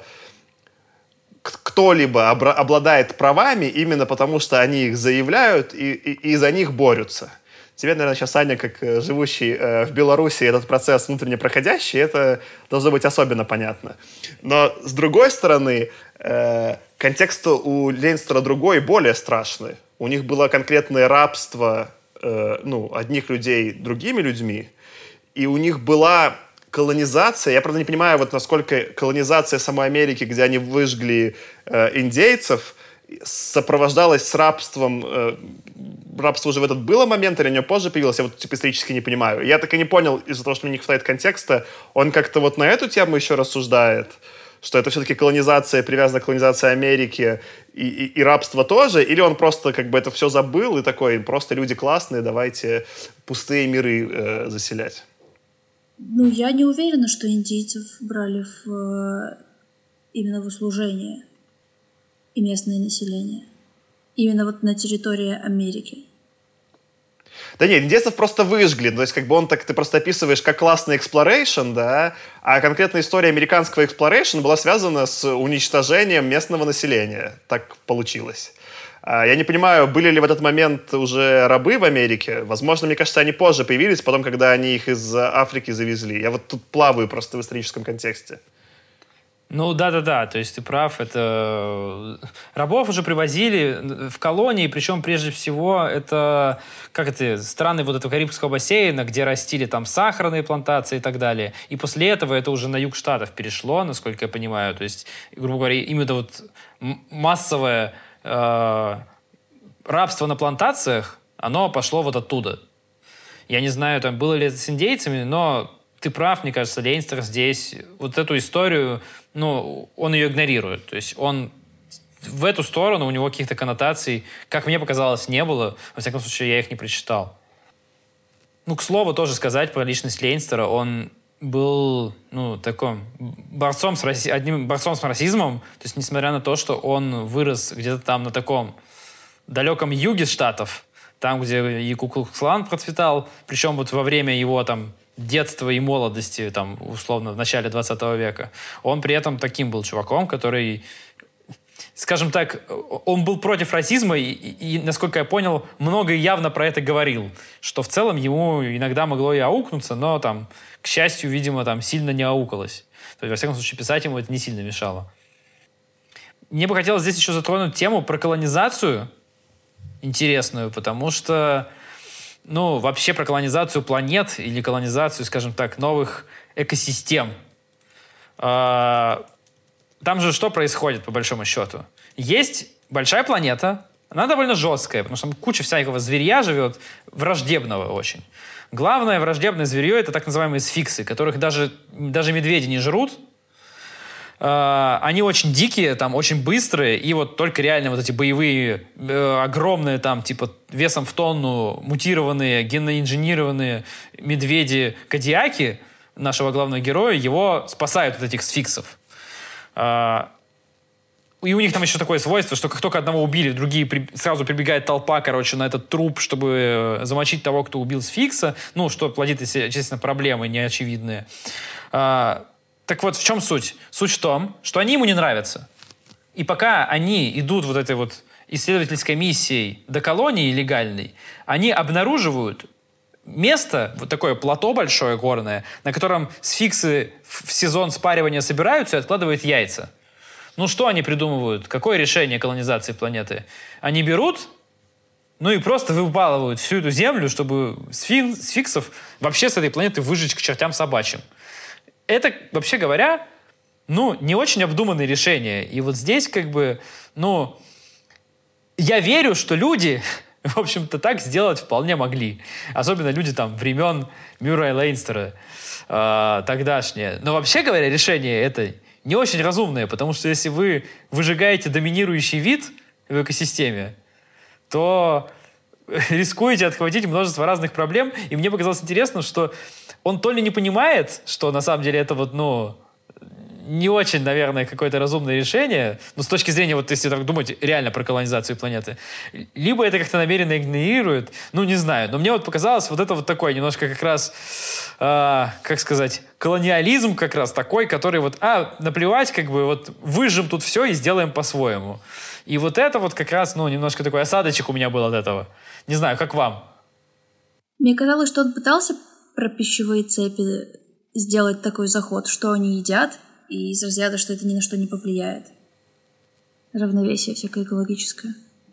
кто-либо обладает правами именно потому, что они их заявляют и за них борются. Тебе, наверное, сейчас, Аня, как живущий в Беларуси, этот процесс внутренне проходящий, это должно быть особенно понятно. Но, с другой стороны, контекст у Лейнстера другой, более страшный. У них было конкретное рабство одних людей другими людьми, и у них была колонизация. Я, правда, не понимаю, вот насколько колонизация самой Америки, где они выжгли индейцев, сопровождалась с рабством. Рабство уже в этот было момент, или оно позже появилось? Я вот исторически не понимаю. Я так и не понял, из-за того, что мне не хватает контекста, он как-то вот на эту тему еще рассуждает, что это все-таки колонизация, привязана к колонизации Америки, и рабство тоже, или он просто как бы это все забыл и такой: просто люди классные, давайте пустые миры заселять? Я не уверена, что индейцев брали именно в услужение и местное население. Именно вот на территории Америки. Да нет, индейцев просто выжгли. То есть как бы ты просто описываешь как классный exploration, да, а конкретная история американского exploration была связана с уничтожением местного населения. Так получилось. Я не понимаю, были ли в этот момент уже рабы в Америке. Возможно, мне кажется, они позже появились, потом, когда они их из Африки завезли. Я вот тут плаваю просто в историческом контексте. Да, то есть ты прав, это рабов уже привозили в колонии, причем прежде всего это, страны вот этого Карибского бассейна, где растили там сахарные плантации и так далее. И после этого это уже на юг штатов перешло, насколько я понимаю. То есть, грубо говоря, именно вот массовое рабство на плантациях, оно пошло вот оттуда. Я не знаю, там было ли это с индейцами, но ты прав, мне кажется, Лейнстер здесь вот эту историю, он ее игнорирует. То есть он в эту сторону, у него каких-то коннотаций, как мне показалось, не было. Во всяком случае, я их не прочитал. К слову, тоже сказать про личность Лейнстера. Он был, таким одним борцом с расизмом. То есть, несмотря на то, что он вырос где-то там на таком далеком юге штатов, там, где и Ку-клукс-клан процветал, причем вот во время его там детства и молодости, там, условно, в начале 20 века, он при этом таким был чуваком, который, скажем так, он был против расизма и, насколько я понял, много и явно про это говорил, что в целом ему иногда могло и аукнуться, но там, к счастью, видимо, там сильно не аукалось. То есть, во всяком случае, писать ему это не сильно мешало. Мне бы хотелось здесь еще затронуть тему про колонизацию интересную, потому что вообще про колонизацию планет или колонизацию, скажем так, новых экосистем. Там же что происходит, по большому счету? Есть большая планета, она довольно жесткая, потому что там куча всякого зверья живет, враждебного очень. Главное враждебное зверье — это так называемые сфиксы, которых даже медведи не жрут. Они очень дикие, там, очень быстрые, и вот только реально вот эти боевые, огромные, там, типа, весом в тонну, мутированные, генно-инженированные медведи-кадиаки нашего главного героя, его спасают от этих сфиксов. И у них там еще такое свойство, что как только одного убили, другие сразу прибегает толпа, на этот труп, чтобы замочить того, кто убил сфикса, что плодит, естественно, проблемы неочевидные. Так вот, в чем суть? Суть в том, что они ему не нравятся. И пока они идут вот этой вот исследовательской миссией до колонии легальной, они обнаруживают место, вот такое плато большое горное, на котором сфинксы в сезон спаривания собираются и откладывают яйца. Ну что они придумывают? Какое решение колонизации планеты? Они берут, ну и просто выпалывают всю эту землю, чтобы сфинксов вообще с этой планеты выжечь к чертям собачьим. Это, вообще говоря, ну, не очень обдуманное решение. И вот здесь как бы, ну, я верю, что люди, в общем-то, так сделать вполне могли. Особенно люди там времен Мюррея Лейнстера тогдашние. Но вообще говоря, решение это не очень разумное, потому что если вы выжигаете доминирующий вид в экосистеме, то рискуете отхватить множество разных проблем. И мне показалось интересно, что он то ли не понимает, что на самом деле это вот, ну, не очень, наверное, какое-то разумное решение, ну, с точки зрения, вот если так думать реально про колонизацию планеты, либо это как-то намеренно игнорирует, ну, не знаю. Но мне вот показалось вот это вот такое немножко как раз, как сказать, колониализм как раз такой, который вот, наплевать, как бы вот выжжем тут все и сделаем по-своему. И вот это вот как раз, ну, немножко такой осадочек у меня был от этого. Не знаю, как вам? Мне казалось, что он пытался про пищевые цепи сделать такой заход, что они едят, и из разряда, что это ни на что не повлияет. Равновесие всякое экологическое.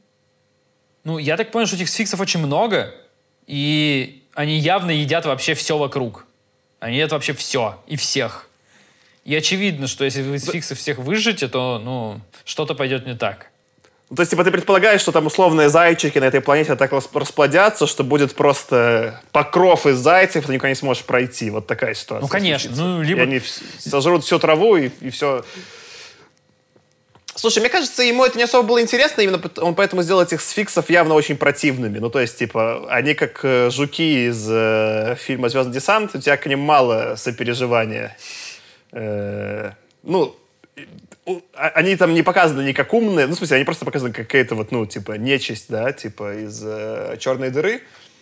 Ну, я так понял, что этих сфинксов очень много, и они явно едят вообще все вокруг. Они едят вообще все и всех. И очевидно, что если вы сфинксов всех выжжете, то, ну, что-то пойдет не так. Ну, то есть, типа, ты предполагаешь, что там условные зайчики на этой планете так расплодятся, что будет просто покров из зайцев, ты никуда не сможешь пройти. Вот такая ситуация. Ну, конечно. Случится. Ну, либо... И они сожрут всю траву и все. Слушай, мне кажется, ему это не особо было интересно, именно он поэтому сделал этих сфинксов явно очень противными. Ну, то есть, типа, они как жуки из фильма «Звездный десант», у тебя к ним мало сопереживания. Ну, они там не показаны не как умные, ну, в смысле, они просто показаны как какая-то вот, ну, типа, нечисть, да, типа, из черной дыры.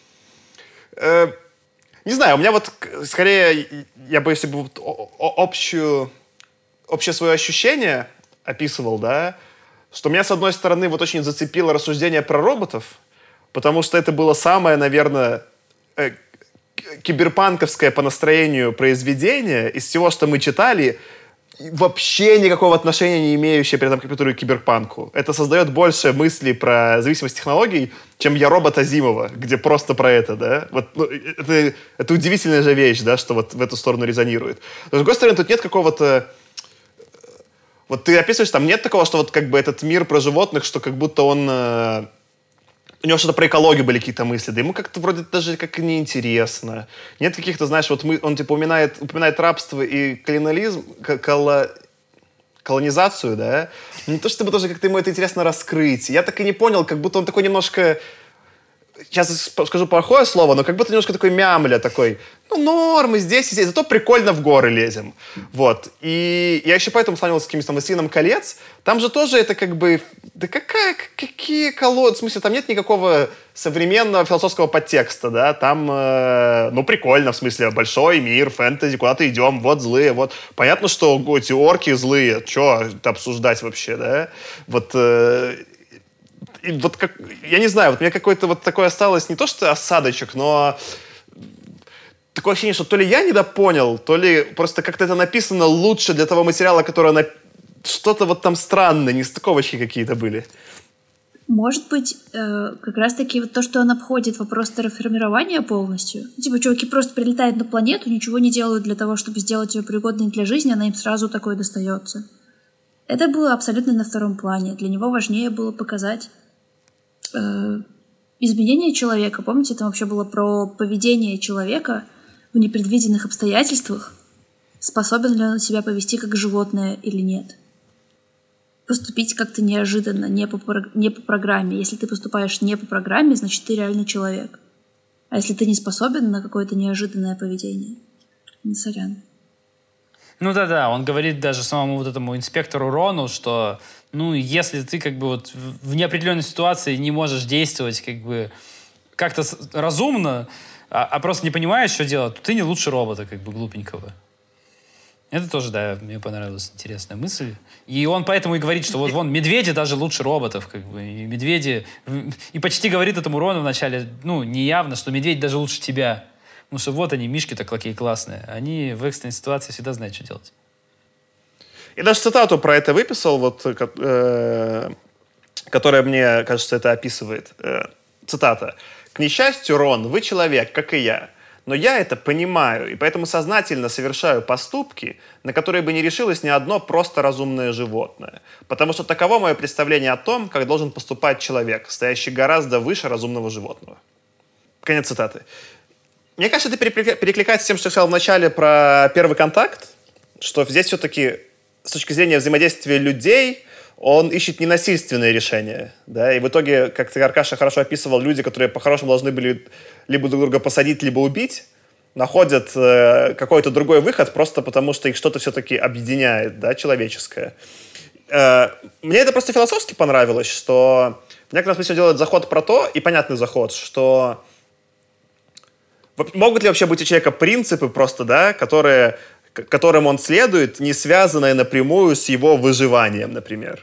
Не знаю, у меня вот, скорее, я бы, если бы вот общее свое ощущение описывал, да, что меня, с одной стороны, вот очень зацепило рассуждение про роботов, потому что это было самое, наверное, киберпанковское по настроению произведение из всего, что мы читали, вообще никакого отношения не имеющее при этом компьютеру и киберпанку. Это создает больше мыслей про зависимость технологий, чем «Я робот» Азимова, где просто про это, да. Вот, ну, это удивительная же вещь, да, что вот в эту сторону резонирует. Но, с другой стороны, тут нет какого-то... Вот ты описываешь, там нет такого, что вот как бы этот мир про животных, что как будто он... У него что-то про экологию были какие-то мысли, да ему как-то вроде даже как и неинтересно. Нет каких-то, знаешь, вот он типа упоминает рабство и колониализм, колонизацию, да. Не то чтобы тоже как-то ему это интересно раскрыть. Я так и не понял, как будто он такой немножко... Сейчас скажу плохое слово, но как будто немножко такой мямля, такой, ну, нормы здесь и здесь, зато прикольно в горы лезем. Вот. И я еще поэтому сравнивал с каким-то там «Властелином колец». Там же тоже это как бы... Да какие колоды? В смысле, там нет никакого современного философского подтекста, да? Там, ну, прикольно, в смысле, большой мир, фэнтези, куда-то идем, вот злые, вот. Понятно, что эти орки злые, что обсуждать вообще, да? Вот... И вот как, я не знаю, вот у меня какое-то вот такое осталось, не то что осадочек, но такое ощущение, что то ли я недопонял, то ли просто как-то это написано лучше для того материала, который что-то вот там странное, нестыковочки какие-то были. Может быть, как раз-таки вот то, что он обходит вопрос терраформирования полностью. Типа, чуваки просто прилетают на планету, ничего не делают для того, чтобы сделать ее пригодной для жизни, она им сразу такое достается. Это было абсолютно на втором плане. Для него важнее было показать изменение человека. Помните, там вообще было про поведение человека в непредвиденных обстоятельствах, способен ли он себя повести как животное или нет. Поступить как-то неожиданно, не по программе. Если ты поступаешь не по программе, значит, ты реально человек. А если ты не способен на какое-то неожиданное поведение, ну, сорян. Ну да-да, он говорит даже самому вот этому инспектору Рону, что, ну, если ты как бы вот в неопределенной ситуации не можешь действовать как бы как-то разумно, а просто не понимаешь, что делать, то ты не лучше робота, как бы глупенького. Это тоже, да, мне понравилась интересная мысль. И он поэтому и говорит, что вот вон медведи даже лучше роботов, как бы. И медведи... И почти говорит этому Рону вначале, ну, неявно, что медведь даже лучше тебя. Потому что вот они, мишки-то какие классные. Они в экстренной ситуации всегда знают, что делать. И даже цитату про это выписал, вот, которая, мне кажется, это описывает. Цитата. «К несчастью, Рон, вы человек, как и я. Но я это понимаю, и поэтому сознательно совершаю поступки, на которые бы не решилось ни одно просто разумное животное. Потому что таково мое представление о том, как должен поступать человек, стоящий гораздо выше разумного животного». Конец цитаты. Мне кажется, это перекликается с тем, что я сказал в начале про первый контакт, что здесь все-таки с точки зрения взаимодействия людей он ищет ненасильственные решения. Да? И в итоге, как ты, Аркаша, хорошо описывал, люди, которые по-хорошему должны были либо друг друга посадить, либо убить, находят какой-то другой выход просто потому, что их что-то все-таки объединяет, да, человеческое. Мне это просто философски понравилось, что в некотором смысле делает заход про то, и понятный заход, что могут ли вообще быть у человека принципы просто, да, которым он следует, не связанные напрямую с его выживанием, например.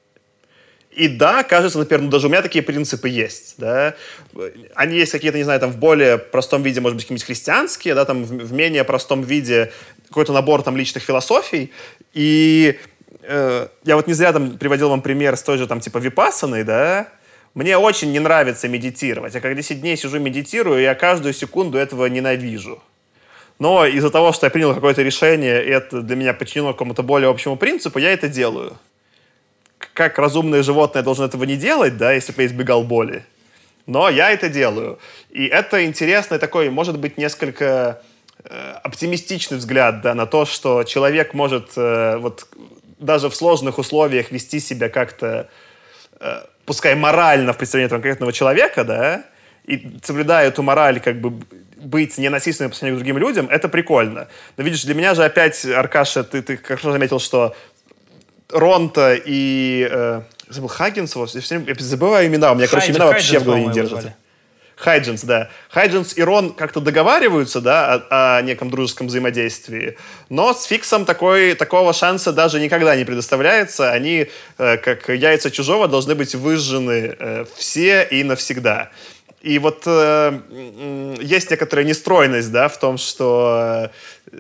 И да, кажется, например, ну, даже у меня такие принципы есть, да. Они есть какие-то, не знаю, там в более простом виде, может быть, какие-нибудь христианские, да, там в менее простом виде какой-то набор там личных философий. И я вот не зря там приводил вам пример с той же там типа випассаной, да. Мне очень не нравится медитировать. Я как 10 дней сижу, медитирую, я каждую секунду этого ненавижу. Но из-за того, что я принял какое-то решение, и это для меня подчинено какому-то более общему принципу, я это делаю. Как разумное животное должно этого не делать, да, если бы я избегал боли. Но я это делаю. И это интересный такой, может быть, несколько оптимистичный взгляд, да, на то, что человек может вот даже в сложных условиях вести себя как-то, пускай морально в представлении конкретного человека, да, и соблюдая эту мораль, как бы быть ненасильственным по сравнению к другим людям, это прикольно. Но видишь, для меня же опять, Аркаша, ты хорошо заметил, что Ронта и... забыл, Хаггинс, я забываю имена, у меня, короче, имена вообще в голове не держатся. Хайджинс, да. Хайджинс и Рон как-то договариваются, да, о неком дружеском взаимодействии, но с Фиксом такого шанса даже никогда не предоставляется. Они, как яйца чужого, должны быть выжжены все и навсегда. И вот есть некоторая нестройность, да, в том, что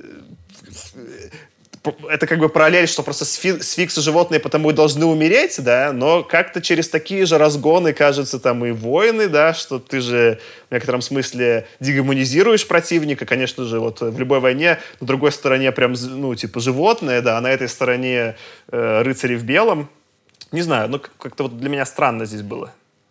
это как бы параллель, что просто сфиксы животные потому и должны умереть, да, но как-то через такие же разгоны, кажется, там и войны, да, что ты же в некотором смысле дегуманизируешь противника, конечно же, вот в любой войне на другой стороне прям, ну, типа животное, да, а на этой стороне рыцари в белом. Не знаю, ну, как-то вот для меня странно здесь было.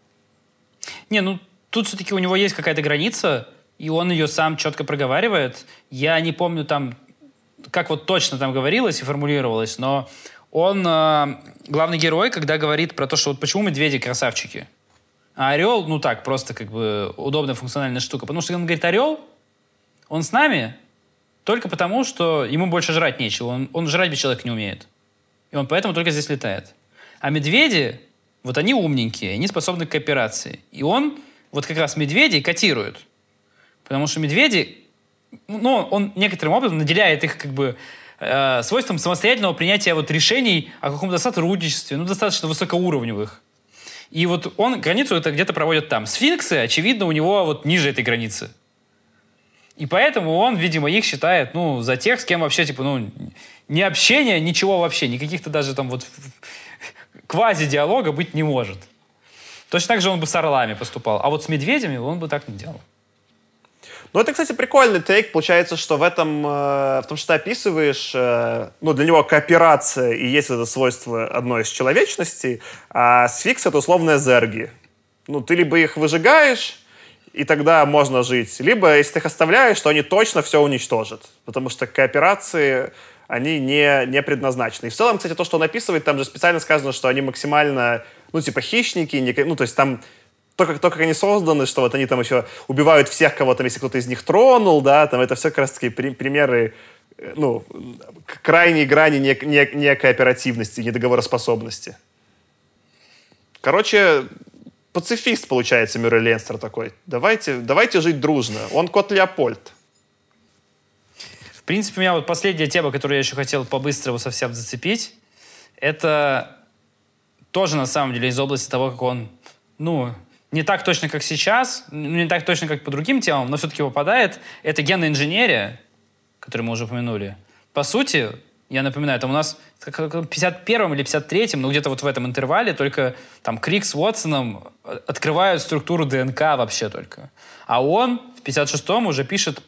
Не, ну, тут все-таки у него есть какая-то граница, и он ее сам четко проговаривает. Я не помню там, как вот точно там говорилось и формулировалось, но он, главный герой, когда говорит про то, что вот почему медведи красавчики, а орел, ну так, просто как бы удобная функциональная штука. Потому что, он говорит, орел, он с нами только потому, что ему больше жрать нечего. Он жрать без человека не умеет. И он поэтому только здесь летает. А медведи, вот они умненькие, они способны к кооперации. И он вот как раз медведей котирует. Потому что медведи, ну, он некоторым образом наделяет их как бы свойством самостоятельного принятия вот решений о каком-то сотрудничестве, ну, достаточно высокоуровневых. И вот он границу это где-то проводит там. Сфинксы, очевидно, у него вот ниже этой границы. И поэтому он, видимо, их считает, ну, за тех, с кем вообще, типа, ну, ни общения, ничего вообще, никаких-то даже там вот квази-диалога быть не может. Точно так же он бы с орлами поступал. А вот с медведями он бы так не делал. Ну, это, кстати, прикольный тейк. Получается, что в том, что ты описываешь, ну, для него кооперация и есть это свойство одной из человечностей, а сфикс — это условные зерги. Ну, ты либо их выжигаешь, и тогда можно жить, либо, если ты их оставляешь, то они точно все уничтожат. Потому что кооперации, они не предназначены. И в целом, кстати, то, что он описывает, там же специально сказано, что они максимально, ну, типа, хищники, ну, то есть там то, как они созданы, что вот они там еще убивают всех, кого там, если кто-то из них тронул, да, там это все как раз-таки примеры, ну, крайней грани некооперативности, недоговороспособности. Короче, пацифист, получается, Мюррей Ленстер такой. Давайте жить дружно. Он кот Леопольд. принципе, у меня вот последняя тема, которую я еще хотел по-быстрому совсем зацепить, это тоже, на самом деле, из области того, как он, не так точно, как сейчас, не так точно, как по другим темам, но все-таки попадает. Это генная инженерия, которую мы уже упомянули. По сути, я напоминаю, там у нас в 51-м или 53-м, где-то вот в этом интервале, только там Крик с Уотсоном открывают структуру ДНК вообще только. А он в 56-м уже пишет,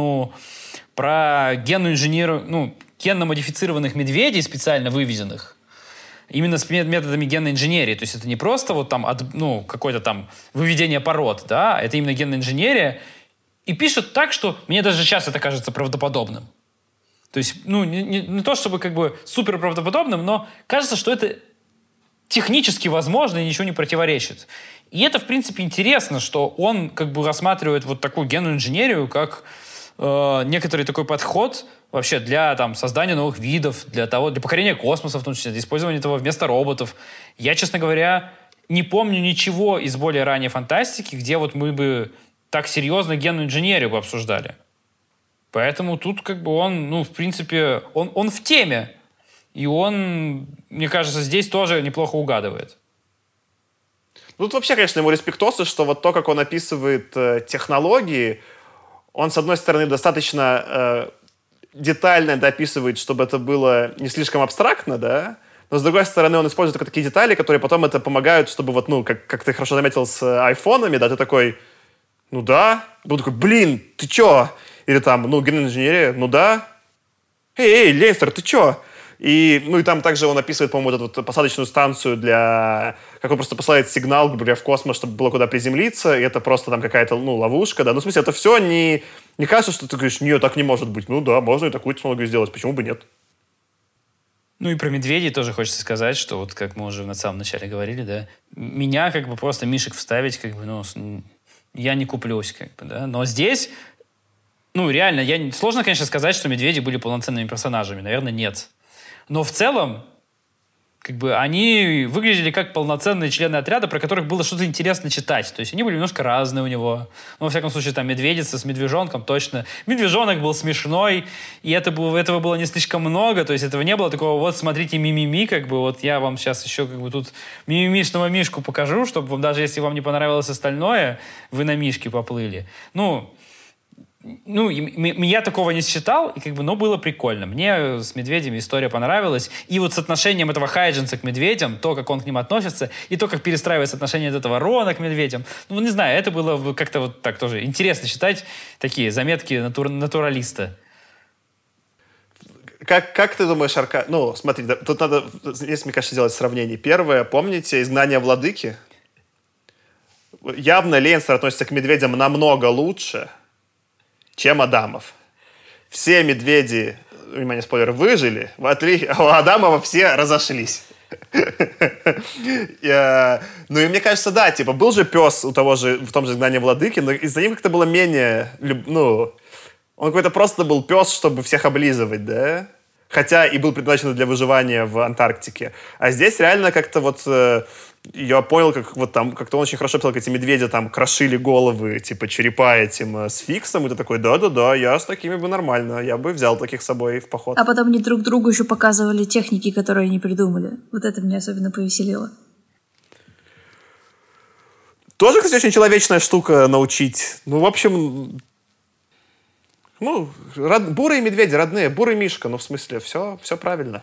про генную инженерию, генно-модифицированных медведей, специально выведенных, именно с методами генной инженерии. То есть это не просто вот там какое-то там выведение пород, да, это именно генная инженерия. И пишет так, что мне даже сейчас это кажется правдоподобным. То есть, не то чтобы как бы супер правдоподобным, но кажется, что это технически возможно и ничего не противоречит. И это, в принципе, интересно, что он как бы рассматривает вот такую генную инженерию как некоторый такой подход вообще для там, создания новых видов, для покорения космоса, в том числе, для использования этого вместо роботов. Я, честно говоря, не помню ничего из более ранней фантастики, где вот мы бы так серьезно генную инженерию бы обсуждали. Поэтому тут как бы он, в принципе, он в теме. И он, мне кажется, здесь тоже неплохо угадывает. Тут вообще, конечно, ему респектосы, что вот то, как он описывает технологии, он, с одной стороны, достаточно детально дописывает, чтобы это было не слишком абстрактно, да, но, с другой стороны, он использует только такие детали, которые потом это помогают, чтобы вот, как ты хорошо заметил с айфонами, да, ты такой, да, был такой, блин, ты чё? Или там, генная инженерия, да. Эй, Лейнстер, ты чё? И там также он описывает, по-моему, вот эту вот посадочную станцию как он просто посылает сигнал, например, в космос, чтобы было куда приземлиться, и это просто там какая-то, ловушка, да. В смысле, это все не кажется, что ты говоришь, нет, так не может быть. Да, можно и такую технологию сделать, почему бы нет? И про медведей тоже хочется сказать, что вот как мы уже на самом начале говорили, да, меня как бы просто мишек вставить, как бы, я не куплюсь, как бы, да. Но здесь, реально, сложно, конечно, сказать, что медведи были полноценными персонажами. Наверное, нет. Но в целом, как бы, они выглядели как полноценные члены отряда, про которых было что-то интересно читать. То есть они были немножко разные у него. Во всяком случае, там медведица с медвежонком точно. Медвежонок был смешной, и этого было не слишком много. То есть этого не было такого, вот, смотрите, мимими, как бы, вот я вам сейчас еще, как бы, тут мимимишного мишку покажу, чтобы вам, даже если вам не понравилось остальное, вы на мишке поплыли. Я такого не считал, и как бы, было прикольно. Мне с медведями история понравилась. И вот с отношением этого Хайджинса к медведям, то, как он к ним относится, и то, как перестраивается отношение от этого Рона к медведям. Не знаю, это было как-то вот так тоже интересно читать такие заметки натуралиста. Как ты думаешь, Арка... смотри, тут надо, здесь, мне кажется, сделать сравнение. Первое, помните «Изгнание владыки»? Явно Лейнстер относится к медведям намного лучше, чем Адамов. Все медведи, внимание, спойлер, выжили, а у Адамова все разошлись. И мне кажется, да, был же пес в том же «Изгнании владыки», но из-за него как-то было менее... Он какой-то просто был пес, чтобы всех облизывать, да? Хотя и был предназначен для выживания в Антарктике. А здесь реально как-то вот... Я понял, как вот там, как-то он очень хорошо писал, как эти медведи там крошили головы, типа черепа этим сфиксом, и ты такой, да, я с такими бы нормально, я бы взял таких с собой в поход. А потом они друг другу еще показывали техники, которые они придумали. Вот это меня особенно повеселило. Тоже, кстати, очень человечная штука научить. В общем... бурые медведи, родные, бурый мишка, в смысле, все правильно.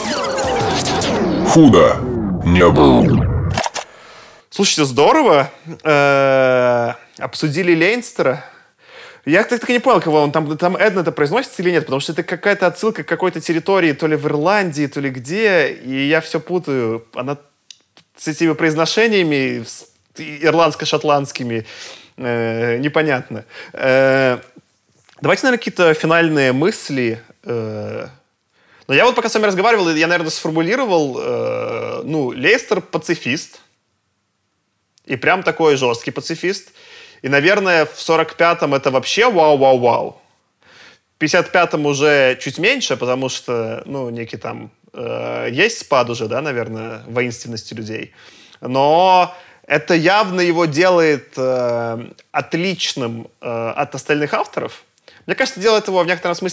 Худо не было. Слушайте, здорово. Обсудили Лейнстера. Я так и не понял, кого он там Эдна это произносится или нет, потому что это какая-то отсылка к какой-то территории, то ли в Ирландии, то ли где, и я все путаю. Она с этими произношениями ирландско-шотландскими непонятно. Давайте, наверное, какие-то финальные мысли. Но я вот пока с вами разговаривал, я, наверное, сформулировал, Лейнстер пацифист. И прям такой жесткий пацифист. И, наверное, в 45-м это вообще вау-вау-вау. В 55-м уже чуть меньше, потому что, некий там есть спад уже, да, наверное, воинственности людей. Но это явно его делает отличным от остальных авторов. Мне кажется, делает его в некотором смысле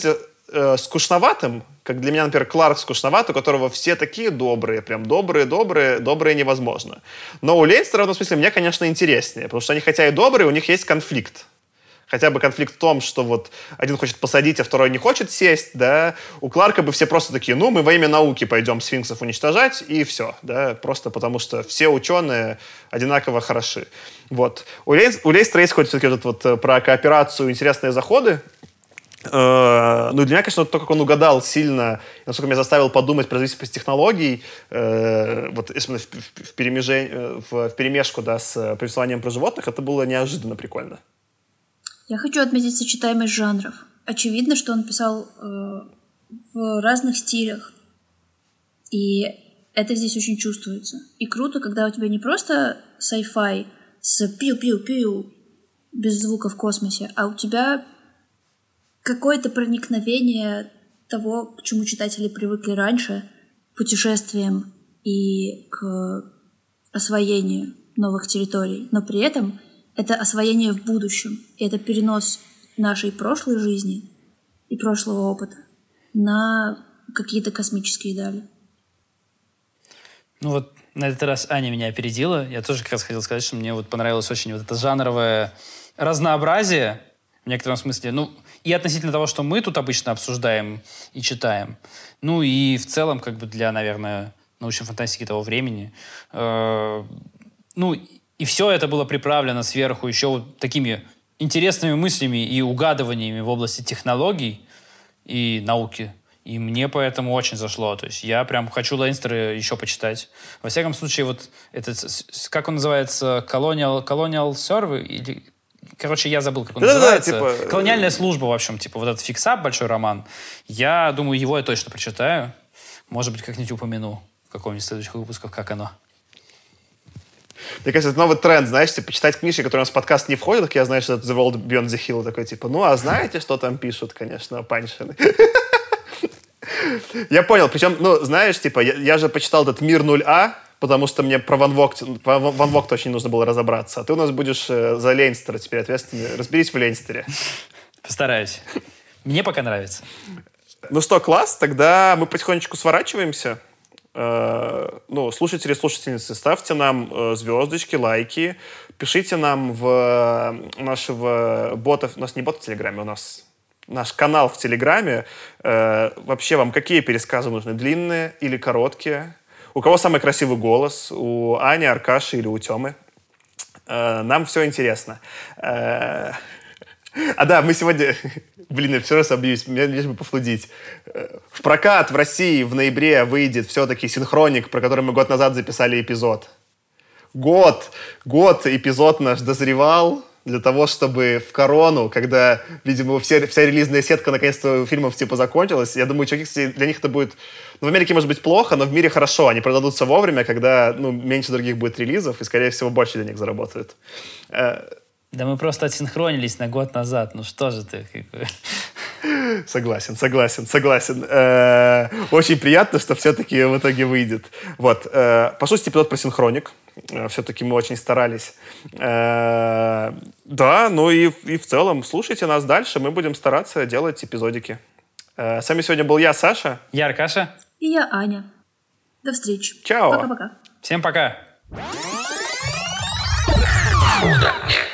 скучноватым, как для меня, например, Кларк скучноват, у которого все такие добрые, прям добрые невозможно. Но у Лейнстера в этом смысле мне, конечно, интереснее, потому что они хотя и добрые, у них есть конфликт. Хотя бы конфликт в том, что вот один хочет посадить, а второй не хочет сесть, да. У Кларка бы все просто такие, ну, мы во имя науки пойдем сфинксов уничтожать, и все, да, просто потому что все ученые одинаково хороши. Вот. У Лейнстера есть хоть все-таки этот вот про кооперацию, интересные заходы. Ну, для меня, конечно, то, как он угадал сильно, насколько меня заставил подумать про зависимость технологий, вот если в перемешку, да, с повествованием про животных, это было неожиданно прикольно. Я хочу отметить сочетаемость жанров. Очевидно, что он писал в разных стилях. И это здесь очень чувствуется. И круто, когда у тебя не просто sci-fi с пиу-пиу-пиу без звука в космосе, а у тебя какое-то проникновение того, к чему читатели привыкли раньше, к путешествиям и к освоению новых территорий. Но при этом это освоение в будущем. И это перенос нашей прошлой жизни и прошлого опыта на какие-то космические дали. Ну вот на этот раз Аня меня опередила. Я тоже как раз хотел сказать, что мне вот понравилось очень вот это жанровое разнообразие в некотором смысле. Ну, и относительно того, что мы тут обычно обсуждаем и читаем. Ну и в целом как бы для, наверное, научной фантастики того времени. Ну, и все это было приправлено сверху еще вот такими интересными мыслями и угадываниями в области технологий и науки. И мне поэтому очень зашло. То есть я прям хочу Лейнстера еще почитать. Во всяком случае, вот этот, как он называется, Colonial Survey? Или, короче, я забыл, как он называется. Типа... Колониальная служба, в общем, типа вот этот фиксап, большой роман. Я думаю, его я точно прочитаю. Может быть, как-нибудь упомяну в каком-нибудь из следующих выпусков, как оно. Мне кажется, это новый тренд, знаешь, типа, читать книжки, которые у нас в подкаст не входят, как я знаю, что это The World Beyond the Hill, такой, типа, ну, а знаете, что там пишут, конечно, паньшины. Я понял, причем, ну, знаешь, типа, я же почитал этот «Мир 0А», потому что мне про Ван Вогт очень нужно было разобраться, а ты у нас будешь за Лейнстера теперь ответственный. Разберись в Лейнстере. Постараюсь. Мне пока нравится. Ну что, класс, тогда мы потихонечку сворачиваемся. Ну, слушатели, слушательницы, ставьте нам звездочки, лайки, пишите нам в нашего бота, у нас не бот в Телеграме, у нас наш канал в Телеграме. Вообще вам какие пересказы нужны, длинные или короткие? У кого самый красивый голос? У Ани, Аркаши или у Темы? Нам все интересно. А да, мы сегодня... Блин, я все раз объявюсь, мне лишь бы пофлудить. В прокат в России в ноябре выйдет все-таки «Синхроник», про который мы год назад записали эпизод. Год эпизод наш дозревал для того, чтобы в корону, когда, видимо, вся релизная сетка наконец-то фильмов типа закончилась, я думаю, чуваки, для них это будет... Ну, в Америке, может быть, плохо, но в мире хорошо. Они продадутся вовремя, когда, ну, меньше других будет релизов, и, скорее всего, больше денег заработают. Да мы просто отсинхронились на год назад. Ну что же ты? Согласен. Очень приятно, что все-таки в итоге выйдет. Вот. Послушайте эпизод про «Синхроник». Все-таки мы очень старались. Да, ну и в целом слушайте нас дальше. Мы будем стараться делать эпизодики. С вами сегодня был я, Саша. Я Аркаша. И я, Аня. До встречи. Чао. Пока-пока. Всем пока. Удачи.